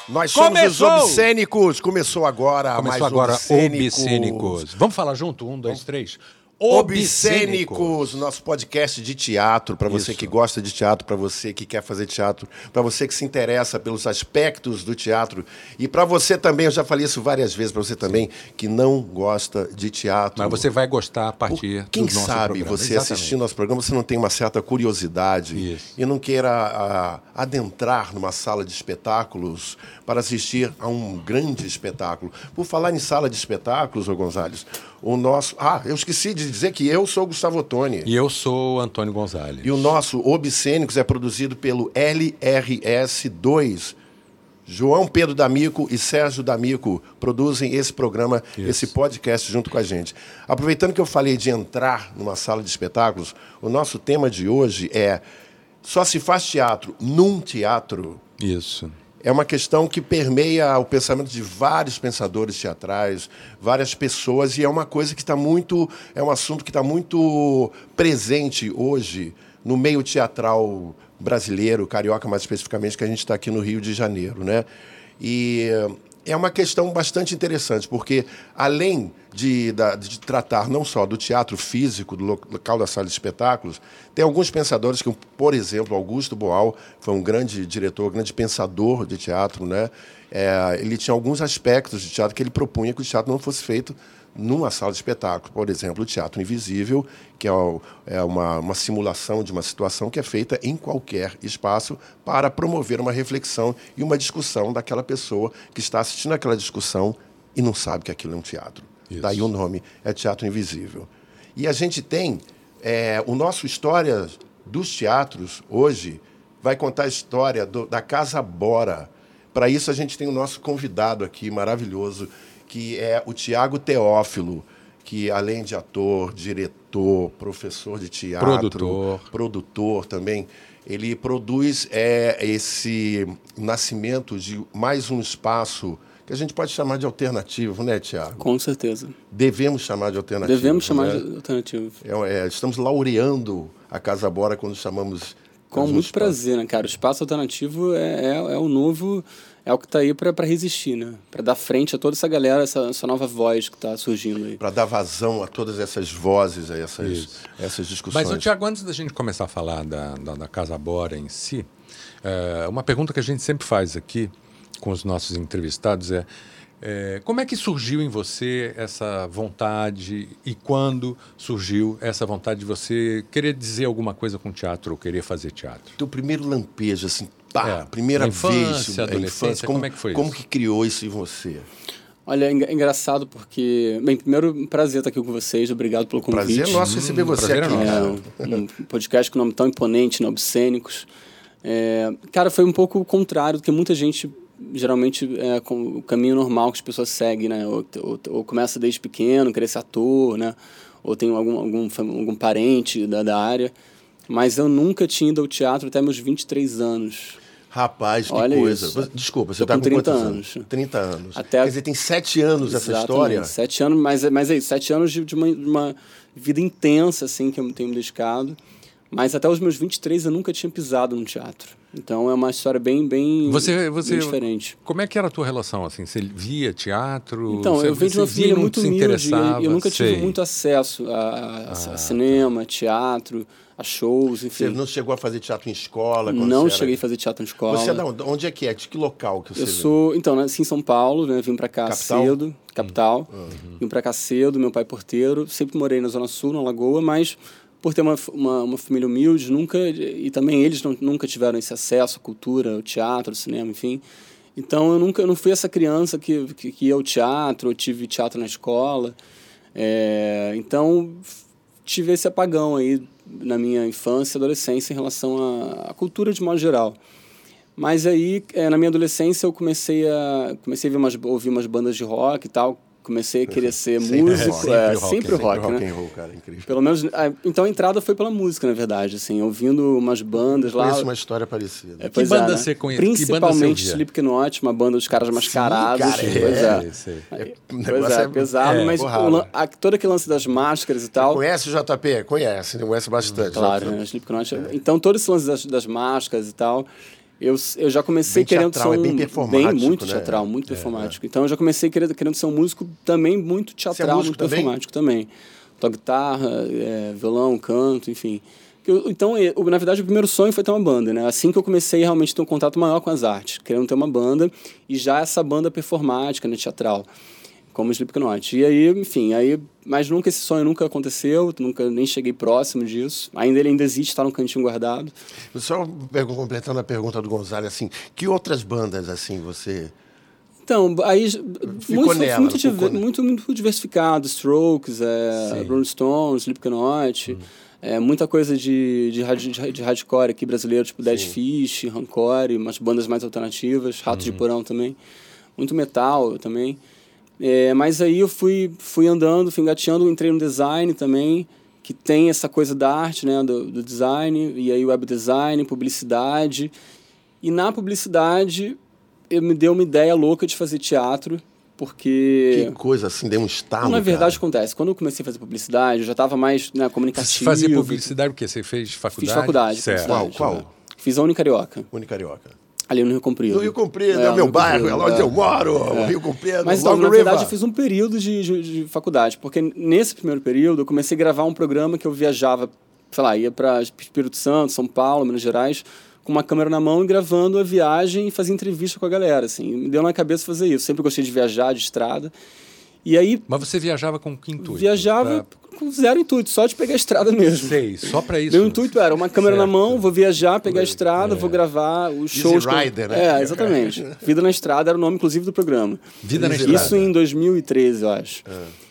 Nós somos os Obscênicos. Começou agora Obscênicos. Vamos falar junto? 1, 2, 3. Obscênicos, nosso podcast de teatro, para você que gosta de teatro, para você que quer fazer teatro, para você que se interessa pelos aspectos do teatro e para você também, eu já falei isso várias vezes, para você também que não gosta de teatro. Mas você vai gostar a partir do nosso programa. Quem sabe você assistindo nosso programa, você não tem uma certa curiosidade e não queira adentrar numa sala de espetáculos para assistir a um grande espetáculo. Por falar em sala de espetáculos, ô Gonzalez, o nosso... eu esqueci de dizer que eu sou o Gustavo Ottoni. E eu sou o Antônio Gonzalez. E o nosso Obscênicos é produzido pelo LRS2. João Pedro D'Amico e Sérgio D'Amico produzem esse programa, esse podcast junto com a gente. Aproveitando que eu falei de entrar numa sala de espetáculos, o nosso tema de hoje é: só se faz teatro num teatro? Isso. É uma questão que permeia o pensamento de vários pensadores teatrais, várias pessoas, e é uma coisa que está muito... É um assunto que está muito presente hoje no meio teatral brasileiro, carioca mais especificamente, que a gente está aqui no Rio de Janeiro, né? E é uma questão bastante interessante, porque além de tratar não só do teatro físico, do local da sala de espetáculos, tem alguns pensadores que, por exemplo, Augusto Boal foi um grande diretor, grande pensador de teatro, né? Ele tinha alguns aspectos de teatro que ele propunha que o teatro não fosse feito numa sala de espetáculo. Por exemplo, o teatro invisível, que é uma simulação de uma situação que é feita em qualquer espaço para promover uma reflexão e uma discussão daquela pessoa que está assistindo aquela discussão e não sabe que aquilo é um teatro. Isso. Daí o nome é Teatro Invisível. E a gente tem o nosso História dos Teatros, hoje, vai contar a história da Casa Bora. Para isso, a gente tem o nosso convidado aqui, maravilhoso, que é o Tiago Teófilo, que além de ator, diretor, professor de teatro, produtor também, ele produz esse nascimento de mais um espaço que a gente pode chamar de alternativo, né, Tiago? Com certeza. Devemos chamar de alternativo. Devemos chamar de alternativo. Estamos laureando a Casa Bora quando chamamos... Com muito prazer, né, cara? O espaço alternativo é o novo... É o que está aí para resistir, né? Para dar frente a toda essa galera, essa nova voz que está surgindo aí. Para dar vazão a todas essas vozes, a essas discussões. Mas, Tiago, antes da gente começar a falar da Casa Bora em si, uma pergunta que a gente sempre faz aqui com os nossos entrevistados como é que surgiu em você essa vontade e quando surgiu essa vontade de você querer dizer alguma coisa com teatro ou querer fazer teatro? Teu primeiro lampejo, assim, primeira infância, vez, adolescência, como é que foi como isso? que criou isso em você? Olha, é engraçado porque... Bem, primeiro, prazer estar aqui com vocês, obrigado pelo convite. Prazer nosso receber você aqui. Um podcast com nome tão imponente, né? Obscênicos. Cara, foi um pouco o contrário do que muita gente... Geralmente com o caminho normal que as pessoas seguem, né? Ou começa desde pequeno, querer ser ator, né? Ou tem algum parente da área. Mas eu nunca tinha ido ao teatro até meus 23 anos. Rapaz, que Olha coisa. Isso. Desculpa, você está com 30 quantos anos? 30 anos. Quer dizer, tem 7 anos essa história? 7 anos, mas é isso, 7 anos de uma vida intensa, assim, que eu tenho me dedicado. Mas até os meus 23 eu nunca tinha pisado no teatro. Então é uma história bem bem diferente. Como é que era a tua relação? Assim? Você via teatro? Então, eu venho de uma família muito humilde e eu nunca tive muito acesso a cinema, teatro, a shows, enfim. Você não chegou a fazer teatro em escola? Não cheguei a fazer teatro em escola. Você é de onde é que é? De que local que você veio? Eu sou, então, nasci em São Paulo, né? Vim pra cá cedo, capital. Vim pra cá cedo, meu pai é porteiro. Sempre morei na Zona Sul, na Lagoa, mas... Por ter uma família humilde, e também eles nunca tiveram esse acesso à cultura, ao teatro, ao cinema, enfim. Então, eu não fui essa criança que ia ao teatro, ou tive teatro na escola. Então, tive esse apagão aí na minha infância e adolescência em relação à cultura de modo geral. Mas aí, na minha adolescência, eu comecei a ouvir umas bandas de rock e tal. Comecei a querer ser músico, sempre rock, né? Roll, cara, incrível. Pelo menos, então a entrada foi pela música, na verdade, assim, ouvindo umas bandas lá. Conheço uma história parecida. Que banda você conhece? Principalmente Slipknot, uma banda dos caras mascarados. Cara, pesado, mas todo aquele lance das máscaras e tal. Você conhece o JP? Conhece bastante. Claro, né? Slipknot. Então todo esse lance das máscaras e tal. Eu já comecei querendo ser bem performático, muito né? teatral, muito performático. Então eu já comecei querendo ser um músico também muito teatral, muito performático também. Toco guitarra, violão, canto, enfim. Então, na verdade, o primeiro sonho foi ter uma banda, né? Assim que eu comecei realmente a ter um contato maior com as artes, querendo ter uma banda, e já essa banda performática, né, teatral, como o Slipknot. E aí, enfim, mas esse sonho nunca aconteceu, nunca nem cheguei próximo disso. Ele ainda existe, está no cantinho guardado. Só completando a pergunta do Gonzalo, assim, que outras bandas, assim, você... Então, aí muito diversificado, Strokes, Rolling Stones, Slipknot, muita coisa de hardcore aqui brasileiro, tipo Dead Fish, Rancor, umas bandas mais alternativas, Ratos de Porão também, muito metal também. Mas aí eu fui andando, fui engateando, entrei no design também, que tem essa coisa da arte, né, do design, e aí web design, publicidade. E na publicidade me deu uma ideia louca de fazer teatro, porque... Que coisa, assim, deu um estalo, na verdade, acontece. Quando eu comecei a fazer publicidade, eu já estava mais comunicativo. Você fazia publicidade porque você fez faculdade? Fiz faculdade. Certo. Qual? Fiz a Unicarioca. Ali no Rio Comprido. No Rio Comprido, é o meu bairro, é lá onde eu moro, o Rio Comprido. Mas então, na verdade, eu fiz um período de faculdade, porque nesse primeiro período eu comecei a gravar um programa que eu viajava, sei lá, ia para Espírito Santo, São Paulo, Minas Gerais, com uma câmera na mão e gravando a viagem e fazia entrevista com a galera, assim. Me deu na cabeça fazer isso. Sempre gostei de viajar, de estrada. E aí... Mas você viajava com que intuito? Viajava com zero intuito, só de pegar a estrada mesmo. Sei, só pra isso. Meu intuito era uma câmera na mão, vou viajar, pegar a estrada, vou gravar os shows. Easy Rider, né? Exatamente. Vida na Estrada era o nome, inclusive, do programa. Vida na Estrada. Isso em 2013, eu acho.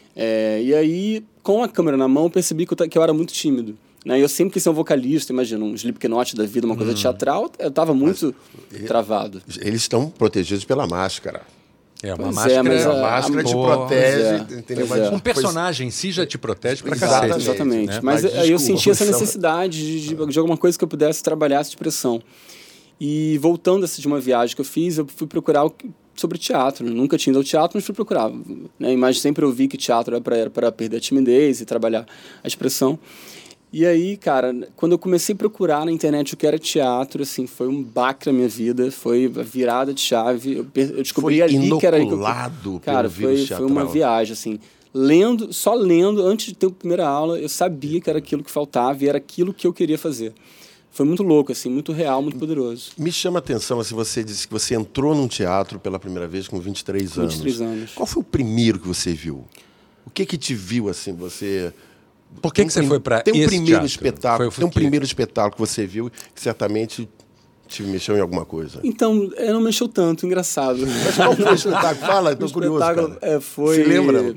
E aí, com a câmera na mão, eu percebi que eu era muito tímido. Né? Eu sempre quis ser um vocalista, imagina, um Slipknot da vida, uma coisa teatral, eu estava muito travado. Eles estão protegidos pela máscara. Uma máscara, a máscara te protege, entendeu? Mas um personagem em si já te protege pra cacete. Exatamente. Né? Mas aí eu senti essa necessidade de alguma coisa que eu pudesse trabalhar essa expressão. E voltando de uma viagem que eu fiz, eu fui procurar sobre teatro. Eu nunca tinha ido ao teatro, mas fui procurar. Né? Mas sempre ouvi que teatro era para perder a timidez e trabalhar a expressão. E aí, cara, quando eu comecei a procurar na internet o que era teatro, assim, foi um baque na minha vida, foi a virada de chave. Eu descobri ali que era... Cara, foi uma viagem, assim. Só lendo, antes de ter a primeira aula, eu sabia que era aquilo que faltava e era aquilo que eu queria fazer. Foi muito louco, assim, muito real, muito poderoso. Me chama a atenção, assim, você disse que você entrou num teatro pela primeira vez com 23 anos. 23 anos. Qual foi o primeiro que você viu? O que te viu, assim, você... Por que você foi para esse teatro? Tem um primeiro espetáculo que você viu que certamente te mexeu em alguma coisa. Então, não mexeu tanto, engraçado. Mas qual foi o espetáculo? Fala, estou curioso, cara. Foi... Se lembra?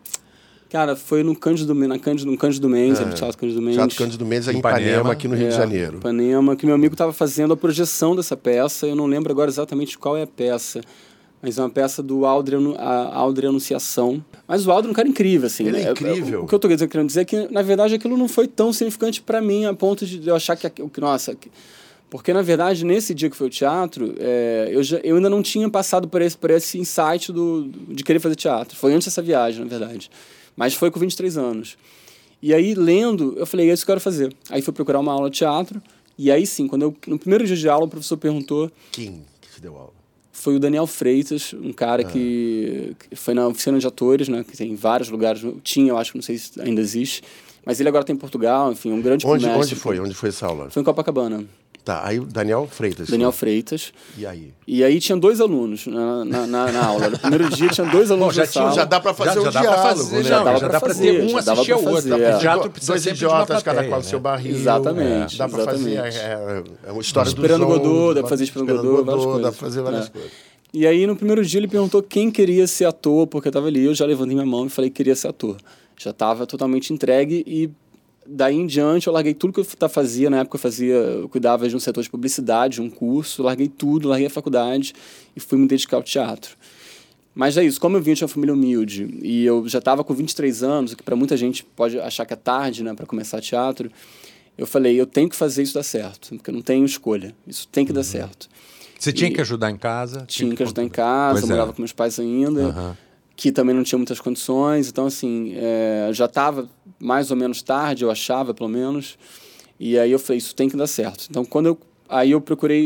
Cara, foi no Cândido Mendes, no Teatro Cândido Mendes. Teatro Cândido Mendes, em Ipanema, aqui no Rio de Janeiro. Ipanema, que meu amigo estava fazendo a projeção dessa peça, eu não lembro agora exatamente qual é a peça, mas é uma peça do Aldre Anunciação. Mas o Aldre é um cara incrível, assim. Ele é incrível. O que eu estou querendo dizer é que, na verdade, aquilo não foi tão significante para mim, a ponto de eu achar que nossa... Porque, na verdade, nesse dia que foi o teatro, eu ainda não tinha passado por esse insight de querer fazer teatro. Foi antes dessa viagem, na verdade. Mas foi com 23 anos. E aí, lendo, eu falei, é isso que eu quero fazer. Aí fui procurar uma aula de teatro. E aí, sim, no primeiro dia de aula, o professor perguntou... Quem que te deu aula? Foi o Daniel Freitas, um cara que foi na oficina de atores, né? Que tem em vários lugares. Tinha, eu acho que não sei se ainda existe. Mas ele agora está em Portugal, enfim, um grande mestre. Onde foi? Onde foi essa aula? Foi em Copacabana. Tá, aí o Daniel Freitas. Freitas. E aí? E aí tinha 2 alunos na aula. No primeiro dia tinha 2 alunos na sala. Já dá para fazer um diálogo, né? Já dá para ter um assistir ao outro. O teatro precisa 2 idiotas, cada qual do seu barril. Exatamente. Dá para fazer uma história do Esperando Godot, dá para fazer Esperando Godot, várias coisas. Dá para fazer várias coisas. E aí, no primeiro dia, ele perguntou quem queria ser ator, porque eu estava ali, eu já levantei minha mão e falei que queria ser ator. Já estava totalmente entregue e daí em diante eu larguei tudo que eu fazia. Na época eu cuidava de um setor de publicidade, de um curso, larguei tudo, larguei a faculdade e fui me dedicar ao teatro. Mas é isso, como eu vim de uma família humilde e eu já estava com 23 anos, o que para muita gente pode achar que é tarde, né, para começar teatro, eu falei, eu tenho que fazer isso dar certo, porque eu não tenho escolha, isso tem que dar certo. Você tinha que ajudar em casa? Tinha que ajudar em casa, eu morava com meus pais ainda, que também não tinha muitas condições, então assim, já estava mais ou menos tarde, eu achava pelo menos, e aí eu falei, isso tem que dar certo. Então aí eu procurei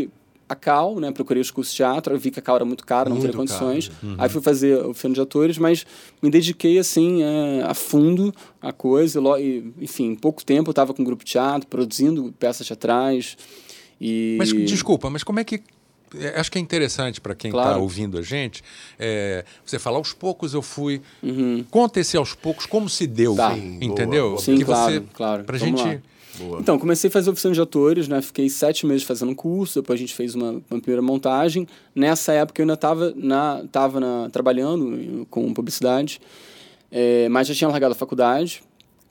a Cal, né? Procurei os cursos de teatro, eu vi que a Cal era muito cara, não teria condições. Aí fui fazer o oficina de atores, mas me dediquei, assim, a fundo à coisa. E, enfim, em pouco tempo eu estava com um grupo de teatro, produzindo peças teatrais. Mas, desculpa, mas como é que... Acho que é interessante para quem está ouvindo a gente. Você fala, aos poucos eu fui... Conta esse aos poucos, como se deu, entendeu? Boa. Sim, claro. Pra gente... Boa. Então, comecei a fazer oficina de atores, né? Fiquei 7 meses fazendo um curso, depois a gente fez uma primeira montagem. Nessa época eu ainda estava trabalhando com publicidade, mas já tinha largado a faculdade.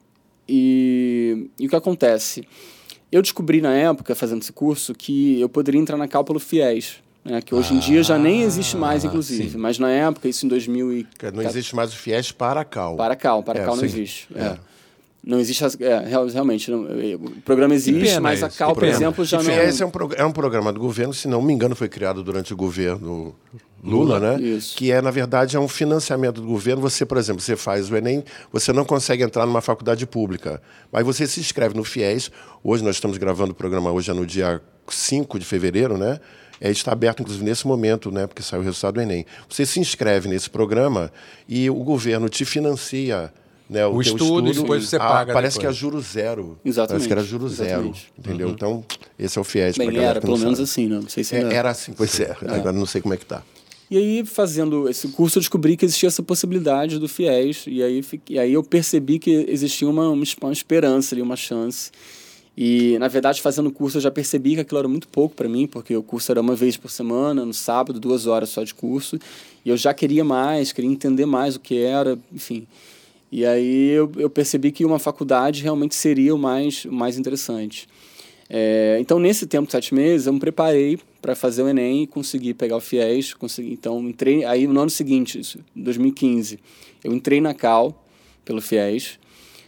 E o que acontece? Eu descobri na época, fazendo esse curso, que eu poderia entrar na Cal pelo FIES, né? Que hoje em dia já nem existe mais, inclusive. Sim. Mas na época, isso em 2000 Não existe mais o FIES para a Cal. Para a Cal não existe. Não existe, realmente, o programa existe, mas a Cal, por exemplo, já não... O FIES é um programa do governo, se não me engano, foi criado durante o governo Lula, né? Isso. Que na verdade, é um financiamento do governo. Você, por exemplo, você faz o Enem, você não consegue entrar numa faculdade pública, mas você se inscreve no FIES. Hoje, nós estamos gravando o programa hoje, no dia 5 de fevereiro, né? Está aberto, inclusive, nesse momento, né? Porque saiu o resultado do Enem. Você se inscreve nesse programa e o governo te financia, né, o estudo, e depois você paga. Parece que é juro zero. Exatamente. Parece que era juro zero. Entendeu? Então, esse é o FIES. Bem, era pelo menos assim, não sei se ainda... Era assim, pois é. Agora não sei como é que está. E aí, fazendo esse curso, eu descobri que existia essa possibilidade do FIES. E aí eu percebi que existia uma esperança ali, uma chance. E, na verdade, fazendo o curso, eu já percebi que aquilo era muito pouco para mim, porque o curso era uma vez por semana, no sábado, 2 horas só de curso. E eu já queria mais, queria entender mais o que era, enfim... E aí eu percebi que uma faculdade realmente seria o mais interessante. Então, nesse tempo de 7 meses, eu me preparei para fazer o Enem e consegui pegar o FIES. Então, entrei... Aí, no ano seguinte, em 2015, eu entrei na Cal pelo FIES.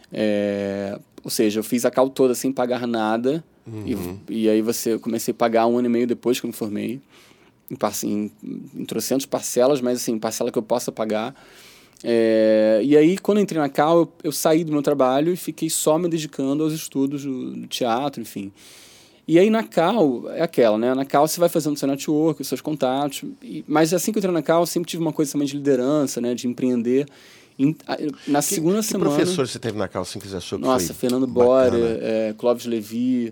Ou seja, eu fiz a Cal toda sem pagar nada. E aí eu comecei a pagar 1 ano e meio depois que eu me formei. Em trocentas parcelas, mas assim, parcela que eu possa pagar. E aí, quando eu entrei na Cal, eu saí do meu trabalho e fiquei só me dedicando aos estudos do teatro, enfim. E aí, na Cal, é aquela, né? Na Cal, você vai fazendo seu network, os seus contatos. Mas assim que eu entrei na Cal, eu sempre tive uma coisa também de liderança, né? De empreender. Na segunda semana... Que professor você teve na Cal, assim, que você achou que foi foi Fernando Borer, Clóvis Levi,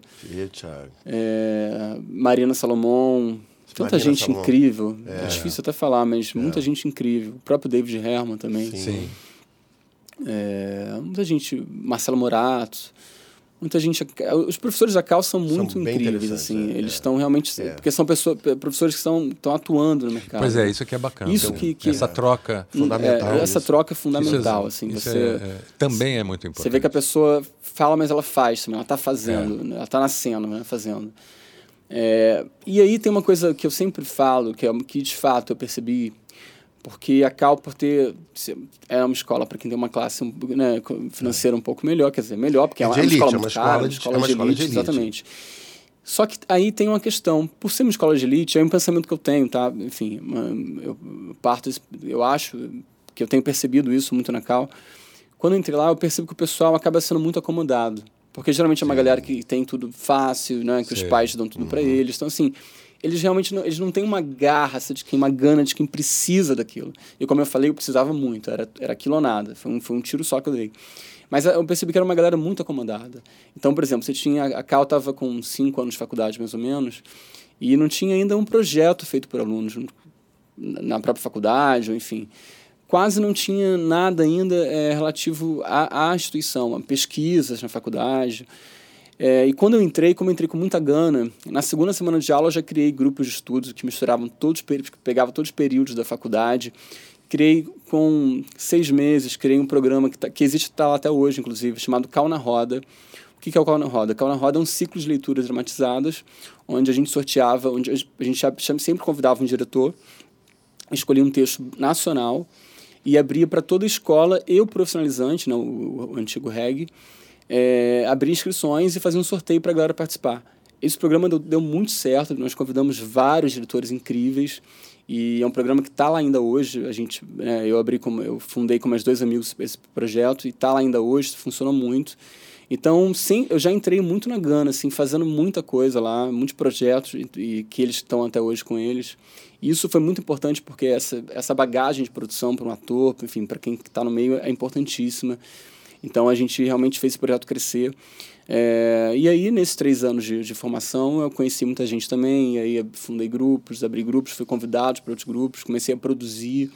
Marina Salomão... Tanta gente incrível. É difícil até falar, mas muita gente incrível. O próprio David Herman também. Sim. Muita gente... Marcelo Morato. Muita gente... Os professores da Cal são muito incríveis, assim. Eles estão realmente... Porque são professores que estão atuando no mercado. Pois é, isso aqui é bacana. Isso essa troca fundamental. Essa troca é fundamental, assim. Também é muito importante. Você vê que a pessoa fala, mas ela faz também. Ela está fazendo. Ela está nascendo, né? Fazendo. E aí tem uma coisa que eu sempre falo, que de fato eu percebi, porque a Cal, por ter... É uma escola para quem tem uma classe, né, financeira um pouco melhor, quer dizer, melhor, porque é uma escola muito cara, uma escola de elite, exatamente. Só que aí tem uma questão, por ser uma escola de elite, é um pensamento que eu tenho, tá? Enfim, eu acho que eu tenho percebido isso muito na Cal. Quando eu entrei lá, eu percebo que o pessoal acaba sendo muito acomodado. Porque geralmente é uma galera que tem tudo fácil, né? Que os pais dão tudo para eles. Então, assim, eles realmente eles não têm uma garra, uma gana de quem precisa daquilo. E como eu falei, eu precisava muito. Era aquilo ou nada. Foi um tiro só que eu dei. Mas eu percebi que era uma galera muito acomodada. Então, por exemplo, a Cal estava com 5 anos de faculdade, mais ou menos, e não tinha ainda um projeto feito por alunos na própria faculdade, ou enfim... Quase não tinha nada ainda relativo à instituição, a pesquisas na faculdade. E quando eu entrei, como eu entrei com muita gana, na segunda semana de aula eu já criei grupos de estudos que misturavam pegavam todos os períodos da faculdade. Criei, com 6 meses, criei um programa que existe lá até hoje, inclusive, chamado Cal na Roda. O que é o Cal na Roda? Cal na Roda é um ciclo de leituras dramatizadas, onde a gente sorteava, onde a gente sempre convidava um diretor, escolhia um texto nacional, e abria para toda a escola e o profissionalizante, né, o antigo REG, abria inscrições e fazia um sorteio para a galera participar. esse programa deu muito certo, nós convidamos vários diretores incríveis, e é um programa que está lá ainda hoje. Eu fundei com mais 2 amigos esse projeto, e está lá ainda hoje, funciona muito. Então, sim, eu já entrei muito na Gana, assim, fazendo muita coisa lá, muitos projetos, e que eles estão até hoje com eles. E isso foi muito importante, porque essa bagagem de produção para um ator, enfim, para quem está no meio, é importantíssima. Então, a gente realmente fez esse projeto crescer. E aí, nesses 3 anos de formação, eu conheci muita gente também, e aí fundei grupos, abri grupos, fui convidado para outros grupos, comecei a produzir.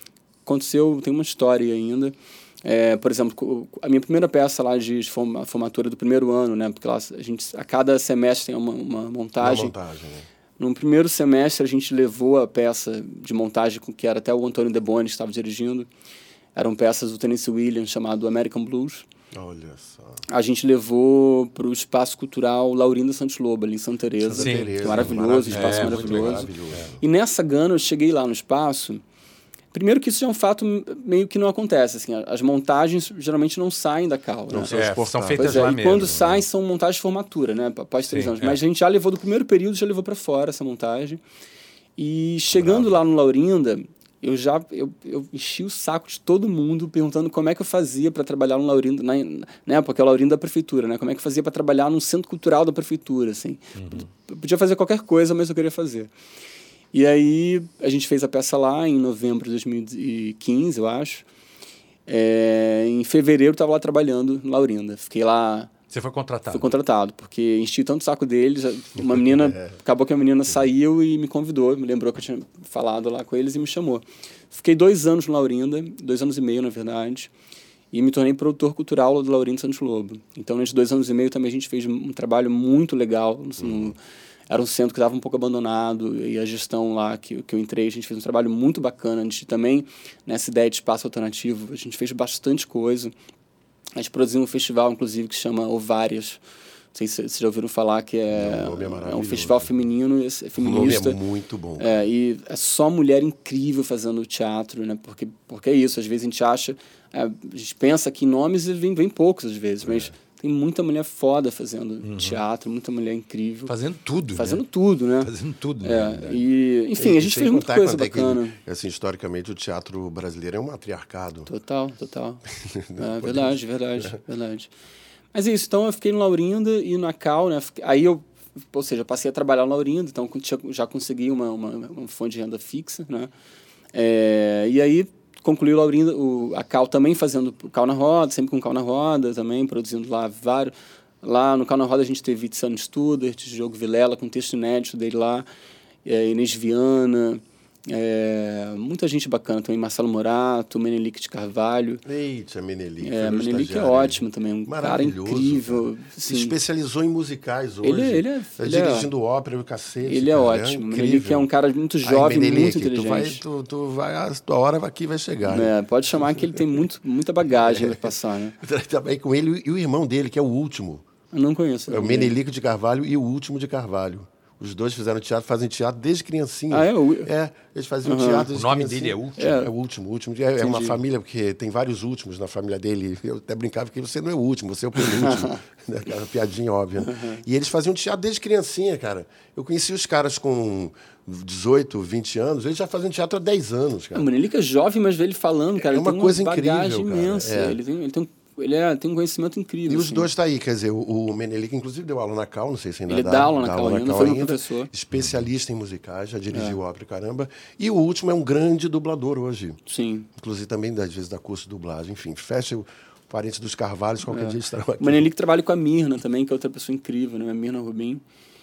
Tem uma história ainda. Por exemplo, a minha primeira peça lá de formatura do primeiro ano, né? Porque lá a cada semestre tem uma montagem. Uma montagem, né? No primeiro semestre, a gente levou a peça de montagem, que era até o Antônio Deboni que estava dirigindo. Eram peças do Tennessee Williams, chamado American Blues. Olha só. A gente levou para o Espaço Cultural Laurinda Santos Lobo, ali em Santa Teresa. Sim. Que é maravilhoso, espaço maravilhoso. E nessa Gana, eu cheguei lá no espaço. Primeiro que isso é um fato meio que não acontece. Assim, as montagens geralmente não saem da Cal. Não, né? são feitas lá e mesmo. Quando saem, são montagens de formatura, né? Após 3 anos. Mas a gente já levou do primeiro período, já levou para fora essa montagem. E chegando lá no Laurinda, eu enchi o saco de todo mundo perguntando como é que eu fazia para trabalhar no Laurinda, né? Porque é o Laurinda da prefeitura, né? Como é que eu fazia para trabalhar num centro cultural da prefeitura, assim. Eu podia fazer qualquer coisa, mas eu queria fazer. E aí a gente fez a peça lá em novembro de 2015, eu acho. Em fevereiro eu estava lá trabalhando no Laurinda. Fiquei lá... Você foi contratado? Fui contratado, porque enchi tanto o saco deles. Uma menina... Acabou que a menina saiu e me convidou. Me lembrou que eu tinha falado lá com eles e me chamou. Fiquei 2 anos no Laurinda, 2 anos e meio, na verdade. E me tornei produtor cultural do Laurinda Santos Lobo. Então, nesses 2 anos e meio também a gente fez um trabalho muito legal. Era um centro que estava um pouco abandonado, e a gestão lá que eu entrei, a gente fez um trabalho muito bacana. A gente também, nessa ideia de espaço alternativo, a gente fez bastante coisa. A gente produziu um festival, inclusive, que se chama Ovárias. Não sei se vocês já ouviram falar, que é um festival feminino, feminista. O nome é muito bom. E é só mulher incrível fazendo teatro, né? Porque é isso, às vezes a gente acha... a gente pensa que nomes vem poucos, às vezes, mas... Tem muita mulher foda fazendo teatro, muita mulher incrível. Fazendo tudo, Fazendo tudo, né? Fazendo tudo, E, enfim, a gente fez muita coisa bacana. Assim, historicamente, o teatro brasileiro é um matriarcado. Total. Verdade. Mas é isso, então eu fiquei no Laurinda e na Cal, né? Aí ou seja, passei a trabalhar no Laurinda, então já consegui uma fonte de renda fixa, né? E aí... Concluiu a Cal também fazendo o Cal na Roda, sempre com o Cal na Roda também, produzindo lá vários. Lá no Cal na Roda a gente teve Tiziano Studert, Diogo Vilela, com texto inédito dele lá, Inês Viana, muita gente bacana também, Marcelo Morato, Menelik de Carvalho. Eita, Menelik. Menelik é ótimo também, um cara incrível. Se especializou em musicais hoje. Ele tá dirigindo ópera e o cacete. Ele é ótimo. Menelik é um cara muito jovem, Menelik, muito inteligente. A tua hora aqui vai chegar. Né? Pode chamar que ele tem muita bagagem para passar, né? Também com ele e o irmão dele, que é o último. Eu não conheço. É o Menelik de Carvalho e o último de Carvalho. Os dois fazem teatro desde criancinha. Eles faziam teatro desde criancinha. O nome criancinha. dele é Último? É o último. É uma família, porque tem vários últimos na família dele. Eu até brincava que você não é o último, você é o penúltimo. Aquela piadinha óbvia. E eles faziam teatro desde criancinha, cara. Eu conheci os caras com 18, 20 anos, eles já faziam teatro há 10 anos, cara. O Menelik é jovem, mas vê ele falando, cara. É uma coisa incrível, bagagem imensa. Ele tem um conhecimento incrível. E os dois tá aí, quer dizer, o Menelik inclusive deu aula na Cal, não sei se ainda ele dá aula na Cal ainda, foi um professor. Especialista em musicais, já dirigiu ópera e caramba. E o último é um grande dublador hoje. Sim. Inclusive também, às vezes, dá curso de dublagem. Enfim, fecha o Parente dos Carvalhos, qualquer dia estarão aqui. O Menelik trabalha com a Mirna também, que é outra pessoa incrível, né? A Mirna Rubin.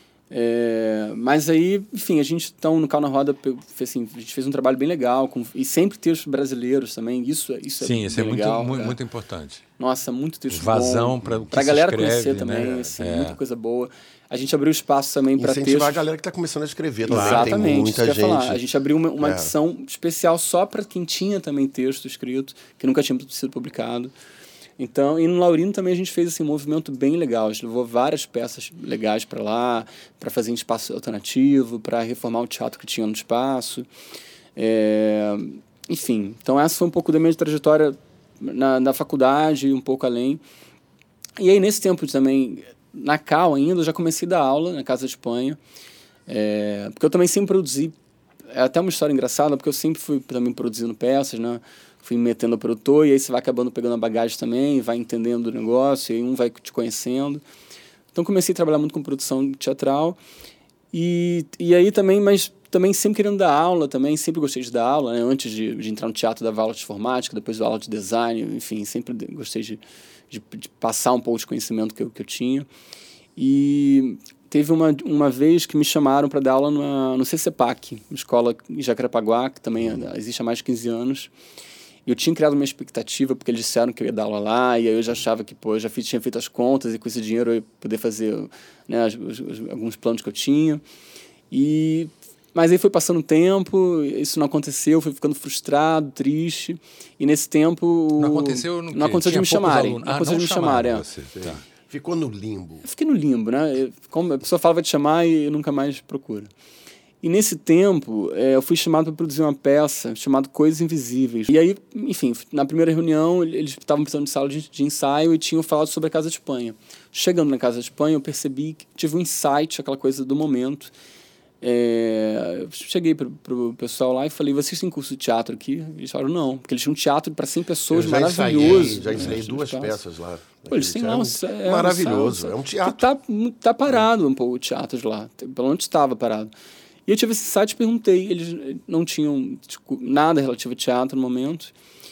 Mas aí, enfim, a gente então no Cal na Roda assim, a gente fez um trabalho bem legal e sempre textos brasileiros também. Isso sim, isso é legal, muito importante. Nossa, muito texto vazão para a galera conhecer também, né? Assim, muita coisa boa. A gente abriu espaço também para textos. Incentivar a galera que está começando a escrever. Exatamente, tem muita gente. Falar. A gente abriu uma edição especial só para quem tinha também texto escrito, que nunca tinha sido publicado. Então, e no Laurinda também a gente fez assim, um movimento bem legal. A gente levou várias peças legais para lá, para fazer em espaço alternativo, para reformar o teatro que tinha no espaço. Enfim, então essa foi um pouco da minha trajetória na faculdade, um pouco além. E aí, nesse tempo também, na Cal ainda, eu já comecei a dar aula na Casa de Espanha, porque eu também sempre produzi, é até uma história engraçada, porque eu sempre fui também produzindo peças, né? Fui metendo a produtor, e aí você vai acabando pegando a bagagem também, vai entendendo o negócio, e aí um vai te conhecendo. Então comecei a trabalhar muito com produção teatral, e aí também, mas também sempre querendo dar aula também, sempre gostei de dar aula, né? Antes de entrar no teatro, dava aula de informática, depois dava aula de design, enfim, sempre gostei de passar um pouco de conhecimento que eu tinha. E teve uma vez que me chamaram para dar aula no CCPAC, uma escola em Jacarepaguá, que também existe há mais de 15 anos. E eu tinha criado uma expectativa, porque eles disseram que eu ia dar aula lá, e aí eu já achava que, eu já tinha feito as contas, e com esse dinheiro eu ia poder fazer, né, alguns planos que eu tinha. Mas aí foi passando o tempo, isso não aconteceu, eu fui ficando frustrado, triste, e nesse tempo... Não aconteceu no quê? Não aconteceu de me chamarem. Não aconteceu de me chamarem, Tá. Ficou no limbo. Eu fiquei no limbo, né? Como a pessoa fala, vai te chamar e nunca mais procura. E nesse tempo, eu fui chamado para produzir uma peça chamada Coisas Invisíveis. E aí, enfim, na primeira reunião, eles estavam precisando de sala de ensaio e tinham falado sobre a Casa de Espanha. Chegando na Casa de Espanha, eu percebi que tive um insight, aquela coisa do momento. Eu cheguei pro pessoal lá e falei, vocês têm curso de teatro aqui? Eles falaram, não, porque eles tinham um teatro para 100 pessoas, maravilhoso. Já ensaiei 2 peças lá. Pô, eles têm maravilhoso, é um teatro. Tá parado um pouco o teatro de lá, pelo menos estava parado. E eu tive esse site e perguntei, eles não tinham nada relativo a teatro no momento.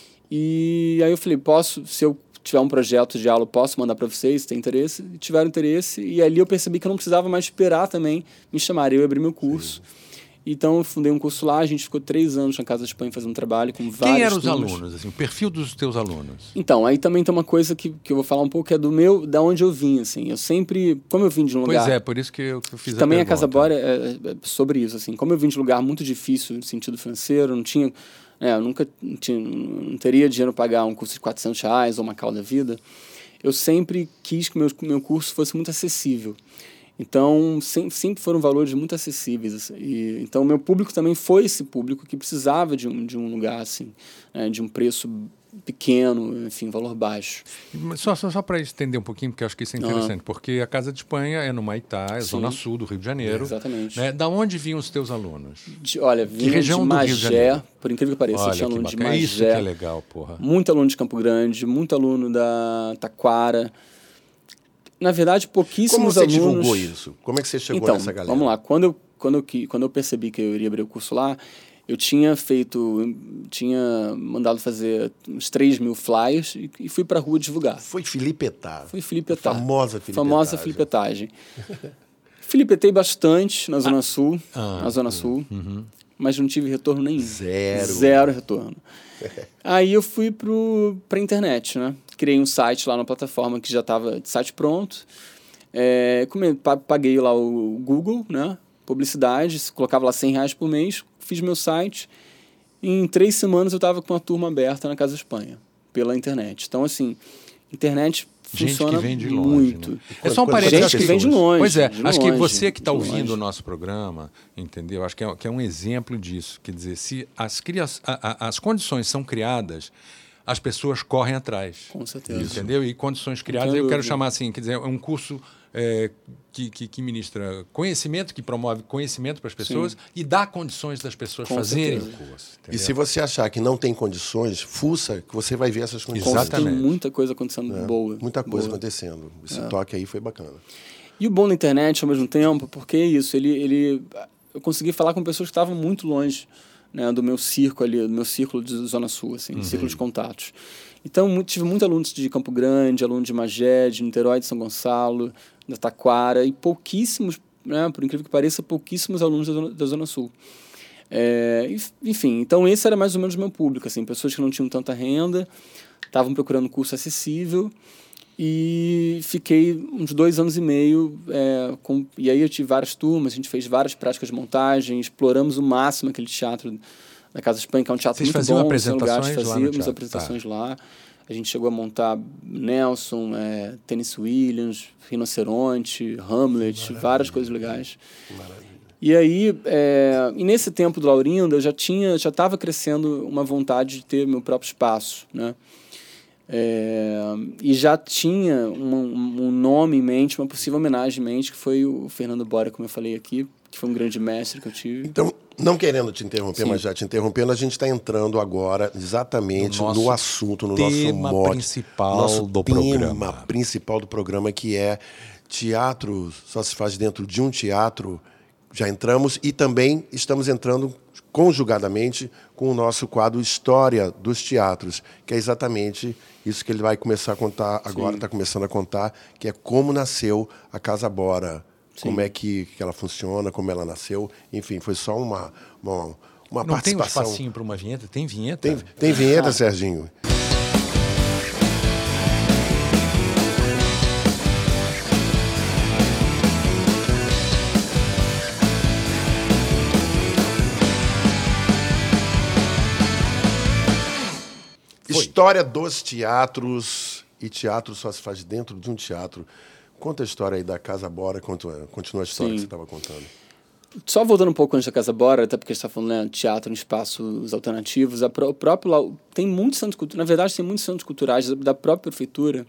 E aí eu falei, se eu tiver um projeto de aula, posso mandar para vocês, se tem interesse? E tiveram interesse, e ali eu percebi que eu não precisava mais esperar também me chamarem, eu abri meu curso. Sim. Então eu fundei um curso lá, a gente ficou 3 anos na Casa de Espanha fazendo trabalho com vários. Quem eram os alunos, assim, o perfil dos teus alunos? Então, aí também tem uma coisa que eu vou falar um pouco, que é da onde eu vim, assim. Eu sempre, como eu vim de um lugar... Pois é, por isso que eu fiz também a pergunta. A Casa Bora é sobre isso, assim. Como eu vim de um lugar muito difícil no sentido financeiro, não tinha... eu nunca não teria dinheiro para pagar um curso de R$400 ou uma Cal da vida. Eu sempre quis que meu curso fosse muito acessível. Então, sempre foram valores muito acessíveis. Assim. Então, meu público também foi esse público que precisava de um lugar, assim, de um preço pequeno, enfim, valor baixo. Só para estender um pouquinho, porque eu acho que isso é interessante, porque a Casa de Espanha é no Maitá, é zona sul do Rio de Janeiro. Exatamente. Né? Da onde vinham os teus alunos? Vinha região de Magé, do Rio de Janeiro? Por incrível que pareça. Olha, tinha aluno de Magé. Isso que é legal, porra. Muito aluno de Campo Grande, muito aluno da Taquara. Na verdade, pouquíssimos alunos... Como você divulgou isso? Como é que você chegou nessa galera? Vamos lá. Quando eu percebi que eu iria abrir o curso lá, eu tinha mandado fazer uns 3.000 flyers e fui pra rua divulgar. Foi filipetagem. Foi filipetagem. Famosa filipetagem. Famosa filipetagem. Filipetei bastante na Zona Sul, mas não tive retorno nenhum. Zero retorno. Aí eu fui pra internet, né? Criei um site lá na plataforma que já estava de site pronto. Paguei lá o Google, né? Publicidade, colocava lá R$100 por mês, fiz meu site. Em 3 semanas eu estava com uma turma aberta na Casa Espanha, pela internet. Então, assim, internet funciona gente que vem de longe, muito. Né? É só um parênteses. Gente que vem de longe. Pois é, acho que você que está ouvindo o nosso programa, entendeu? Acho que é um exemplo disso. Quer dizer, se as condições são criadas, as pessoas correm atrás. Com certeza. Entendeu? E condições criadas, eu quero chamar assim, quer dizer, é um curso que ministra conhecimento, que promove conhecimento para as pessoas. Sim. E dá condições das pessoas fazerem o curso. Entendeu? E se você achar que não tem condições, fuça, que você vai ver essas condições. Exatamente. Tem muita coisa acontecendo boa. Muita coisa acontecendo. Esse toque aí foi bacana. E o bom da internet, ao mesmo tempo, porque é isso, eu consegui falar com pessoas que estavam muito longe, né, do meu círculo ali, do meu círculo de Zona Sul, assim, círculo de contatos. Então, tive muitos alunos de Campo Grande, alunos de Magé, de Niterói, de São Gonçalo, da Taquara, e pouquíssimos, né, por incrível que pareça, pouquíssimos alunos da Zona Sul. Enfim, então esse era mais ou menos o meu público, assim, pessoas que não tinham tanta renda, estavam procurando curso acessível, e fiquei uns 2 anos e meio, e aí eu tive várias turmas, a gente fez várias práticas de montagem, exploramos o máximo aquele teatro da Casa Espanha, que é um teatro muito bom. Vocês faziam apresentações lá? Fazíamos apresentações lá. A gente chegou a montar Nelson, Tennessee Williams, Rinoceronte, Hamlet, maravilha, várias coisas legais. Maravilha. E aí, e nesse tempo do Laurindo, eu já estava crescendo uma vontade de ter meu próprio espaço, né? E já tinha um nome em mente, uma possível homenagem em mente, que foi o Fernando Bora, como eu falei aqui, que foi um grande mestre que eu tive. Então, não querendo te interromper, mas já te interrompendo, a gente está entrando agora exatamente no assunto, no nosso mote. Principal do programa. Principal do programa, que é teatro só se faz dentro de um teatro. Já entramos e também estamos entrando conjugadamente com o nosso quadro História dos Teatros, que é exatamente isso que ele vai começar a contar agora, está começando a contar, que é como nasceu a Casa Bora. Sim. Como é que ela funciona, como ela nasceu. Enfim, foi só uma participação. Não tem um espacinho para uma vinheta? Tem vinheta? Tem vinheta, Serginho. História dos teatros, e teatro só se faz dentro de um teatro. Conta a história aí da Casa Bora, continua a história que você estava contando. Só voltando um pouco antes da Casa Bora, até porque você está falando, né, teatro em espaços alternativos, o próprio tem muitos centros culturais, na verdade tem muitos centros culturais da própria prefeitura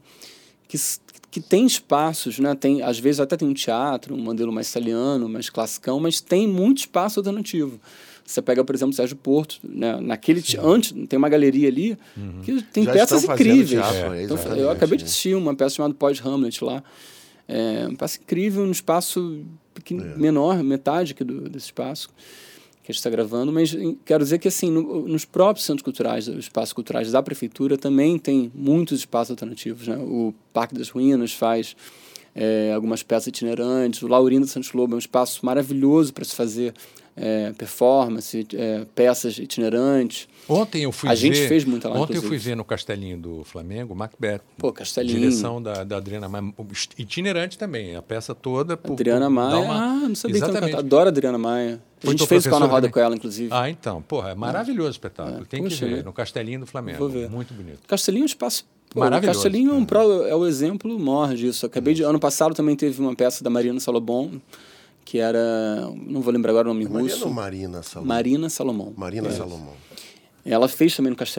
que tem espaços, né, às vezes até tem um teatro, um modelo mais italiano, mais classicão, mas tem muito espaço alternativo. Você pega, por exemplo, o Sérgio Porto, né, antes tem uma galeria ali que tem já peças incríveis. Teatro, então, eu acabei de assistir uma peça chamada Pós-Hamlet lá. Uma peça incrível, num espaço menor, metade aqui desse espaço que a gente está gravando, mas quero dizer que assim, nos próprios centros culturais, os espaços culturais da prefeitura também tem muitos espaços alternativos, né? O Parque das Ruínas faz algumas peças itinerantes, o Laurindo de Santos Lobo é um espaço maravilhoso para se fazer performance, peças itinerantes. Ontem eu fui A gente fez muita lá, Ontem inclusive. eu fui ver no Castelinho do Flamengo, Macbeth. Pô, Castelinho. Direção da Adriana Maia. Itinerante também, a peça toda. Adriana Maia. Não sabia que adoro a Adriana Maia. A gente fez o Pau na Roda com ela, inclusive. Então, porra, é maravilhoso o espetáculo. Tem que ver, no Castelinho do Flamengo. Vou ver. Muito bonito. Castelinho é um espaço... Maravilhoso. O Castelinho é o exemplo maior disso. Ano passado também teve uma peça da Marina Salomão, que era... Não vou lembrar agora o nome russo. Marina Salomão? Marina Salomão. Marina Salomão. Ela fez também no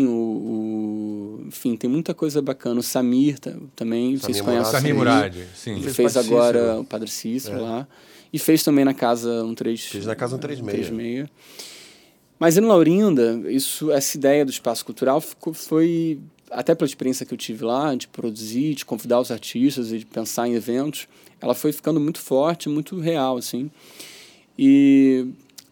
Castelinho, enfim, tem muita coisa bacana. O Samir também, vocês conhecem. Samir Murad, sim. Ele fez agora o Padre Cícero lá. E fez também na Casa 136. Fez na Casa 136. Mas no Laurinda, essa ideia do espaço cultural foi, até pela experiência que eu tive lá, de produzir, de convidar os artistas e de pensar em eventos, ela foi ficando muito forte, muito real, assim. E...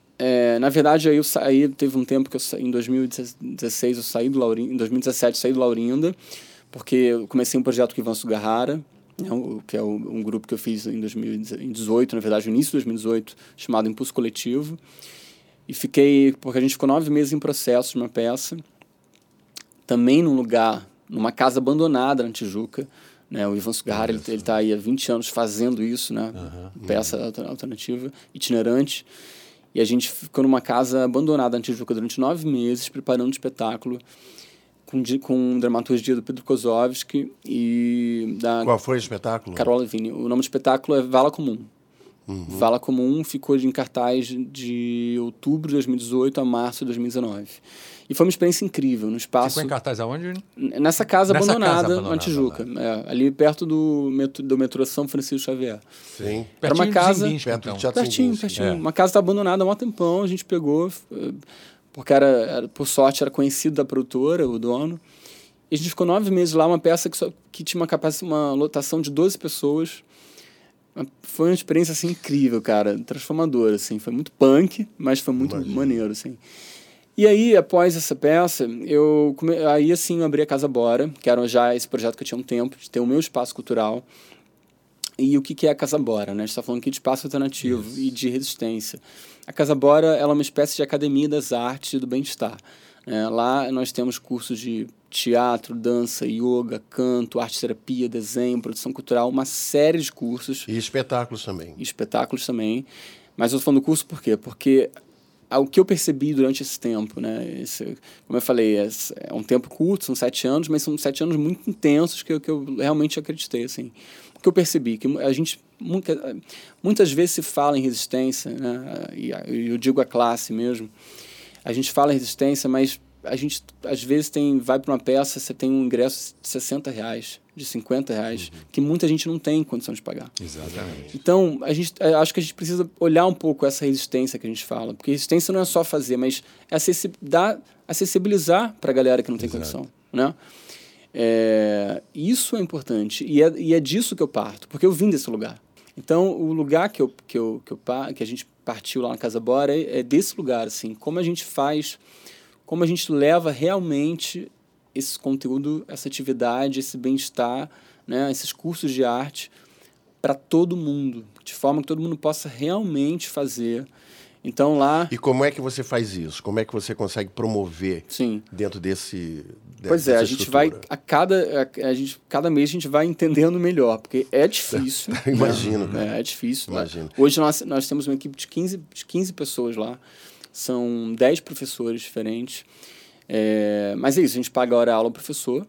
na verdade, aí teve um tempo que em 2016 eu saí do Laurinda, em 2017 eu saí do Laurinda, porque eu comecei um projeto com o Ivan Sugahara, que é um grupo que eu fiz em 2018, na verdade, no início de 2018, chamado Impulso Coletivo, e porque a gente ficou 9 meses em processo de uma peça, também numa casa abandonada na Tijuca, né? O Ivan Sugahara, ele está aí há 20 anos fazendo isso, né? Peça alternativa, itinerante. E a gente ficou numa casa abandonada na Tijuca durante 9 meses, preparando um espetáculo com dramaturgia do Pedro Kozovski e da... Qual foi o espetáculo? Carola Vini. O nome do espetáculo é Vala Comum. Vala Comum ficou em cartaz de outubro de 2018 a março de 2019. E foi uma experiência incrível, no espaço... Ficou em cartaz aonde? Nessa casa abandonada na Tijuca. Ali perto do metrô São Francisco Xavier. Sim. Era uma casa... Perto do Teatro Pertinho. Uma casa está abandonada há um tempão, a gente pegou... Porque por sorte era conhecido da produtora, o dono. E a gente ficou 9 meses lá, uma peça que tinha uma lotação de 12 pessoas. Foi uma experiência assim, incrível, cara, transformadora. Assim. Foi muito punk, mas foi muito maneiro. Assim. E aí, após essa peça, eu abri a Casa Bora, que era já esse projeto que eu tinha um tempo, de ter o meu espaço cultural. E o que é a Casa Bora? Né? A gente está falando aqui de espaço alternativo e de resistência. A Casa Bora ela é uma espécie de academia das artes e do bem-estar. Lá nós temos cursos de teatro, dança, yoga, canto, arte-terapia, desenho, produção cultural, uma série de cursos. E espetáculos também. Mas eu estou falando do curso por quê? Porque o que eu percebi durante esse tempo, né? Como eu falei, é um tempo curto, são 7 anos, mas são 7 anos muito intensos que eu realmente acreditei, assim. O que eu percebi, que a gente muitas vezes se fala em resistência, né? E eu digo a classe mesmo, a gente fala em resistência, mas a gente, às vezes, vai para uma peça, você tem um ingresso de R$60, de R$50, que muita gente não tem condição de pagar. Exatamente. Então, acho que a gente precisa olhar um pouco essa resistência que a gente fala, porque resistência não é só fazer, mas é acessibilizar para a galera que não tem condição, né? Isso é importante, e é disso que eu parto, porque eu vim desse lugar. Então, o lugar que a gente partiu lá na Casa Bora é desse lugar, assim, como a gente faz, como a gente leva realmente esse conteúdo, essa atividade, esse bem-estar, né, esses cursos de arte para todo mundo, de forma que todo mundo possa realmente fazer. Então lá... E como é que você faz isso? Como é que você consegue promover dentro desse... Pois é, a gente vai, cada mês a gente vai entendendo melhor, porque é difícil. Imagino, né? cara. É difícil. Imagino. Hoje nós temos uma equipe de 15 pessoas lá, são 10 professores diferentes, mas é isso, a gente paga a hora-aula ao professor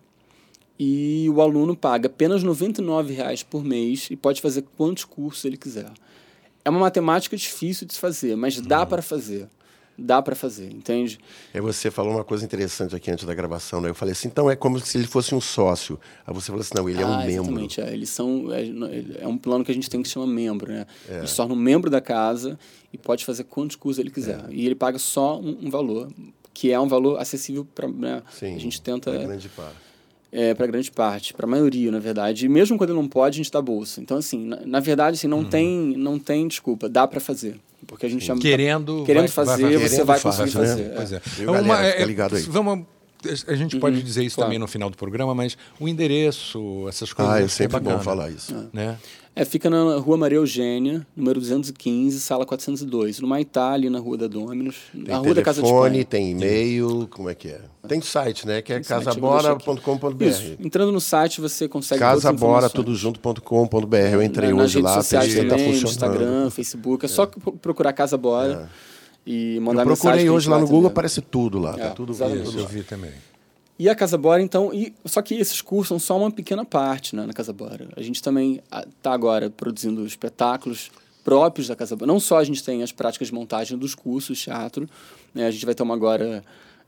e o aluno paga apenas R$99 por mês e pode fazer quantos cursos ele quiser. É uma matemática difícil de se fazer, mas dá para fazer. Dá para fazer, entende? Você falou uma coisa interessante aqui antes da gravação, né? Eu falei assim, então é como se ele fosse um sócio. Aí você falou assim, não, ele é um membro. Exatamente, eles são... É um plano que a gente tem que se chama membro, né? Ele se torna um membro da casa e pode fazer quantos cursos ele quiser. E ele paga só um valor, que é um valor acessível para... Né? Sim, a gente tenta... para grande parte. Para grande parte, para a maioria, na verdade. E mesmo quando ele não pode, a gente dá bolsa. Então, assim, na verdade, assim, não tem desculpa, dá para fazer. Porque a gente chama... Querendo fazer, você vai conseguir fazer. Né? Pois é. Fica ligado aí. A gente pode dizer isso também no final do programa, mas o endereço, essas coisas... É sempre bom falar isso. Né? Fica na Rua Maria Eugênia, número 215, sala 402. No Maitá, ali na Rua da Dominus. Na Rua da Casa de Espanha. Tem e-mail, como é que é? Tem site, né? Que é casabora.com.br. Entrando no site, você consegue... Casabora.com.br. Eu entrei hoje lá, tem que estar funcionando. Instagram, Facebook. É só procurar Casa Bora e mandar mensagem. Eu procurei hoje lá no Google, aparece tudo lá. Tá tudo isso, eu vi também. E a Casa Bora, então... Só que esses cursos são só uma pequena parte, né, na Casa Bora. A gente também está agora produzindo espetáculos próprios da Casa Bora. Não só a gente tem as práticas de montagem dos cursos de teatro, né, a gente vai ter agora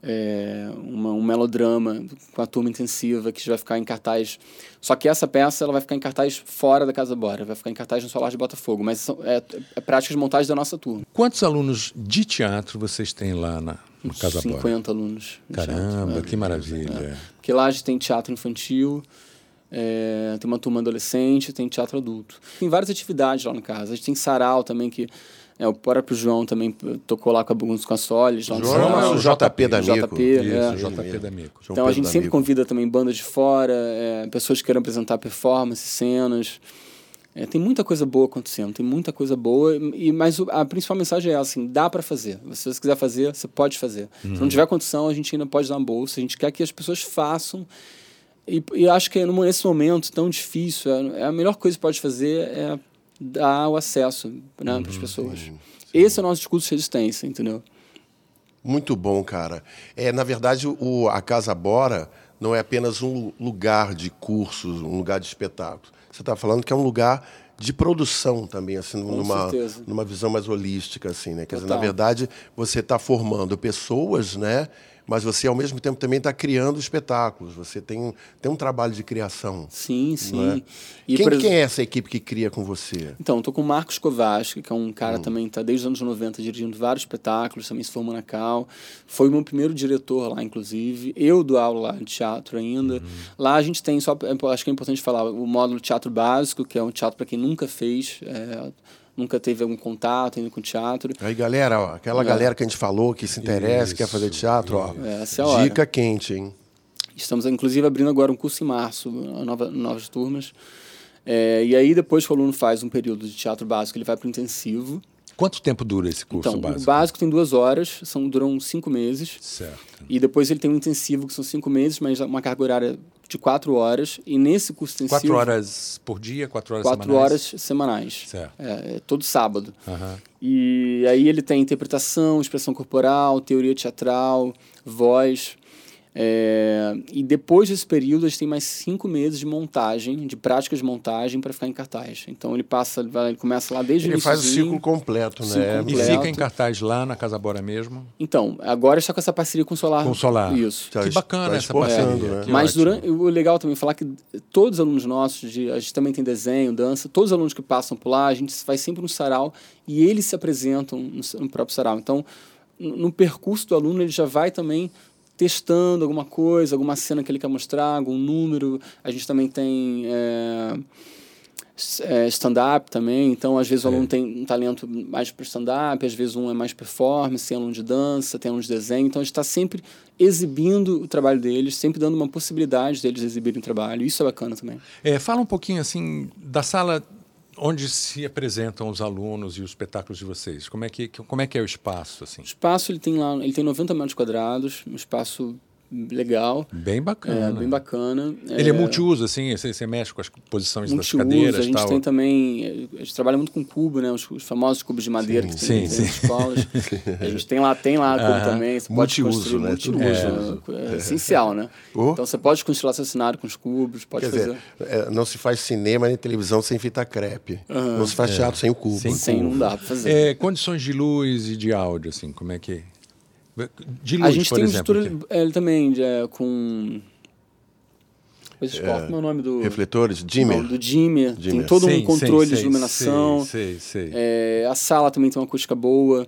um melodrama com a turma intensiva que vai ficar em cartaz. Só que essa peça ela vai ficar em cartaz fora da Casa Bora, vai ficar em cartaz no Solar de Botafogo, mas é práticas de montagem da nossa turma. Quantos alunos de teatro vocês têm lá na Casa Bora? 50 alunos. Caramba, que maravilha. Porque lá a gente tem teatro infantil, tem uma turma adolescente, tem teatro adulto. Tem várias atividades lá na casa. A gente tem sarau também, que o próprio João também tocou lá com a Solis. Lá João é o JP da Mico. JP da Mico. Então a gente sempre convida também bandas de fora, pessoas que queiram apresentar performances, cenas. Tem muita coisa boa acontecendo, tem muita coisa boa, mas a principal mensagem é assim, dá para fazer. Se você quiser fazer, você pode fazer. Se não tiver condição, a gente ainda pode dar uma bolsa. A gente quer que as pessoas façam. E acho que nesse momento tão difícil, a melhor coisa que pode fazer é dar o acesso, né, para as pessoas. Sim. Esse é o nosso discurso de resistência, entendeu? Muito bom, cara. Na verdade, a Casa Bora não é apenas um lugar de cursos, um lugar de espetáculos. Você está falando que é um lugar de produção também, assim, numa visão mais holística, assim, né? Quer dizer, na verdade, você está formando pessoas, né? Mas você, ao mesmo tempo, também está criando espetáculos. Você tem um trabalho de criação. Sim, sim. E quem é essa equipe que cria com você? Então, estou com o Marcos Kovacsky, que é um cara também que está desde os anos 90 dirigindo vários espetáculos, também se formou na Cal. Foi o meu primeiro diretor lá, inclusive. Eu dou aula lá de teatro ainda. Lá a gente tem, acho que é importante falar, o módulo teatro básico, que é um teatro para quem nunca fez, nunca teve algum contato ainda com teatro. Aí, galera, aquela galera que a gente falou, que se interessa, quer fazer teatro, essa é a hora. Dica quente, hein? Estamos, inclusive, abrindo agora um curso em março, novas turmas. E aí, depois que o aluno faz um período de teatro básico, ele vai para o intensivo. Quanto tempo dura esse curso básico? O básico tem 2 horas, duram 5 meses. Certo. E depois ele tem um intensivo, que são 5 meses, mas uma carga horária de 4 horas. E nesse curso intensivo... 4 horas por dia, 4 horas 4 semanais? 4 horas semanais. Certo. Todo sábado. E aí ele tem interpretação, expressão corporal, teoria teatral, voz. E depois desse período, a gente tem mais 5 meses de montagem, de práticas de montagem para ficar em cartaz. Então ele começa lá desde o início. Ele faz o ciclo completo, né? E fica em cartaz lá na Casa Bora mesmo? Então, agora está com essa parceria com o Solar. Com o Solar. Isso. Que bacana essa parceria. Né? Mas o legal também é falar que todos os alunos nossos, a gente também tem desenho, dança, todos os alunos que passam por lá, a gente vai sempre no sarau e eles se apresentam no próprio sarau. Então, no percurso do aluno, ele já vai também testando alguma coisa, alguma cena que ele quer mostrar, algum número. A gente também tem stand-up também, então às vezes o aluno tem um talento mais para stand-up, às vezes um é mais performance, tem aluno de dança, tem aluno de desenho, então a gente está sempre exibindo o trabalho deles, sempre dando uma possibilidade deles exibirem o trabalho, isso é bacana também. Fala um pouquinho assim da sala onde se apresentam os alunos e os espetáculos de vocês. Como é que é o espaço? Assim? O espaço ele tem 90 metros quadrados, um espaço legal. Bem bacana. Bem bacana. Ele é multiuso, assim? Você mexe com as posições das cadeiras? Multiuso. A gente tem também... A gente trabalha muito com cubo, né? Os famosos cubos de madeira que tem nas escolas. A gente tem lá cubo também. Você multiuso, né? Multiuso. É essencial, né? Então você pode construir seu cenário com os cubos, pode fazer... não se faz cinema nem televisão sem fita crepe. Não se faz teatro sem o cubo. Sem não dá para fazer. Condições de luz e de áudio, assim, como é que... De luz, a gente por tem exemplo, ele também com... Qual é o nome do... Refletores? Dimmer. Não, do Dimmer. Tem todo um controle de iluminação. A sala também tem uma acústica boa.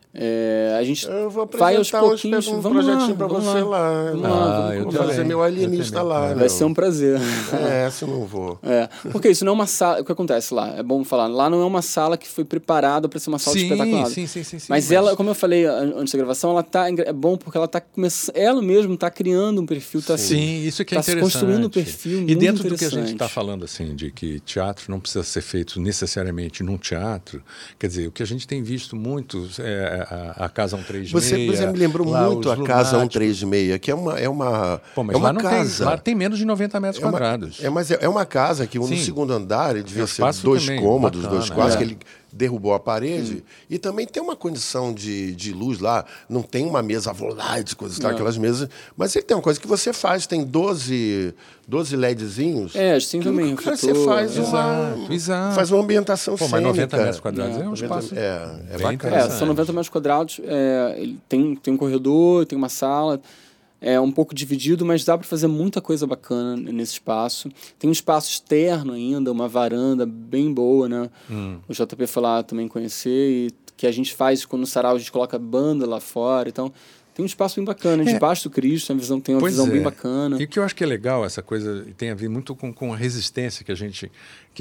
A gente vai aos pouquinhos. Um projetinho para você lá. Vamos fazer meu alienista lá. Vai ser um prazer. Essa eu não vou. Porque isso não é uma sala... O que acontece lá? É bom falar. Lá não é uma sala que foi preparada para ser uma sala de espetáculo. Sim. Mas ela, como eu falei antes da gravação, é bom porque ela está começando... Ela mesma está criando um perfil. Sim, isso que é interessante. Está construindo um perfil muito interessante. E dentro do que a interessante. gente está falando, assim, de que teatro não precisa ser feito necessariamente num teatro, quer dizer, o que a gente tem visto muito a Casa 136. Você me lembrou muito a Casa 136, que é uma Pô, mas lá casa. Lá tem menos de 90 metros quadrados. Mas é uma casa que no segundo andar ele devia ser 2 cômodos, bacana, 2 quartos, que ele derrubou a parede. E também tem uma condição de luz lá. Não tem uma mesa volante, coisas, aquelas mesas. Mas ele tem uma coisa que você faz, tem 12 LEDzinhos. Assim também. Você faz faz uma ambientação cênica. Mas 90 metros quadrados é um espaço. É bacana. São 90 metros quadrados. Ele tem um corredor, tem uma sala. É um pouco dividido, mas dá para fazer muita coisa bacana nesse espaço. Tem um espaço externo ainda, uma varanda bem boa, né? O JP foi lá também conhecer, e que a gente faz quando no sarau a gente coloca banda lá fora. Então, tem um espaço bem bacana. Debaixo do Cristo, tem uma visão bem bacana. E o que eu acho que é legal, essa coisa, tem a ver muito com a resistência que a gente...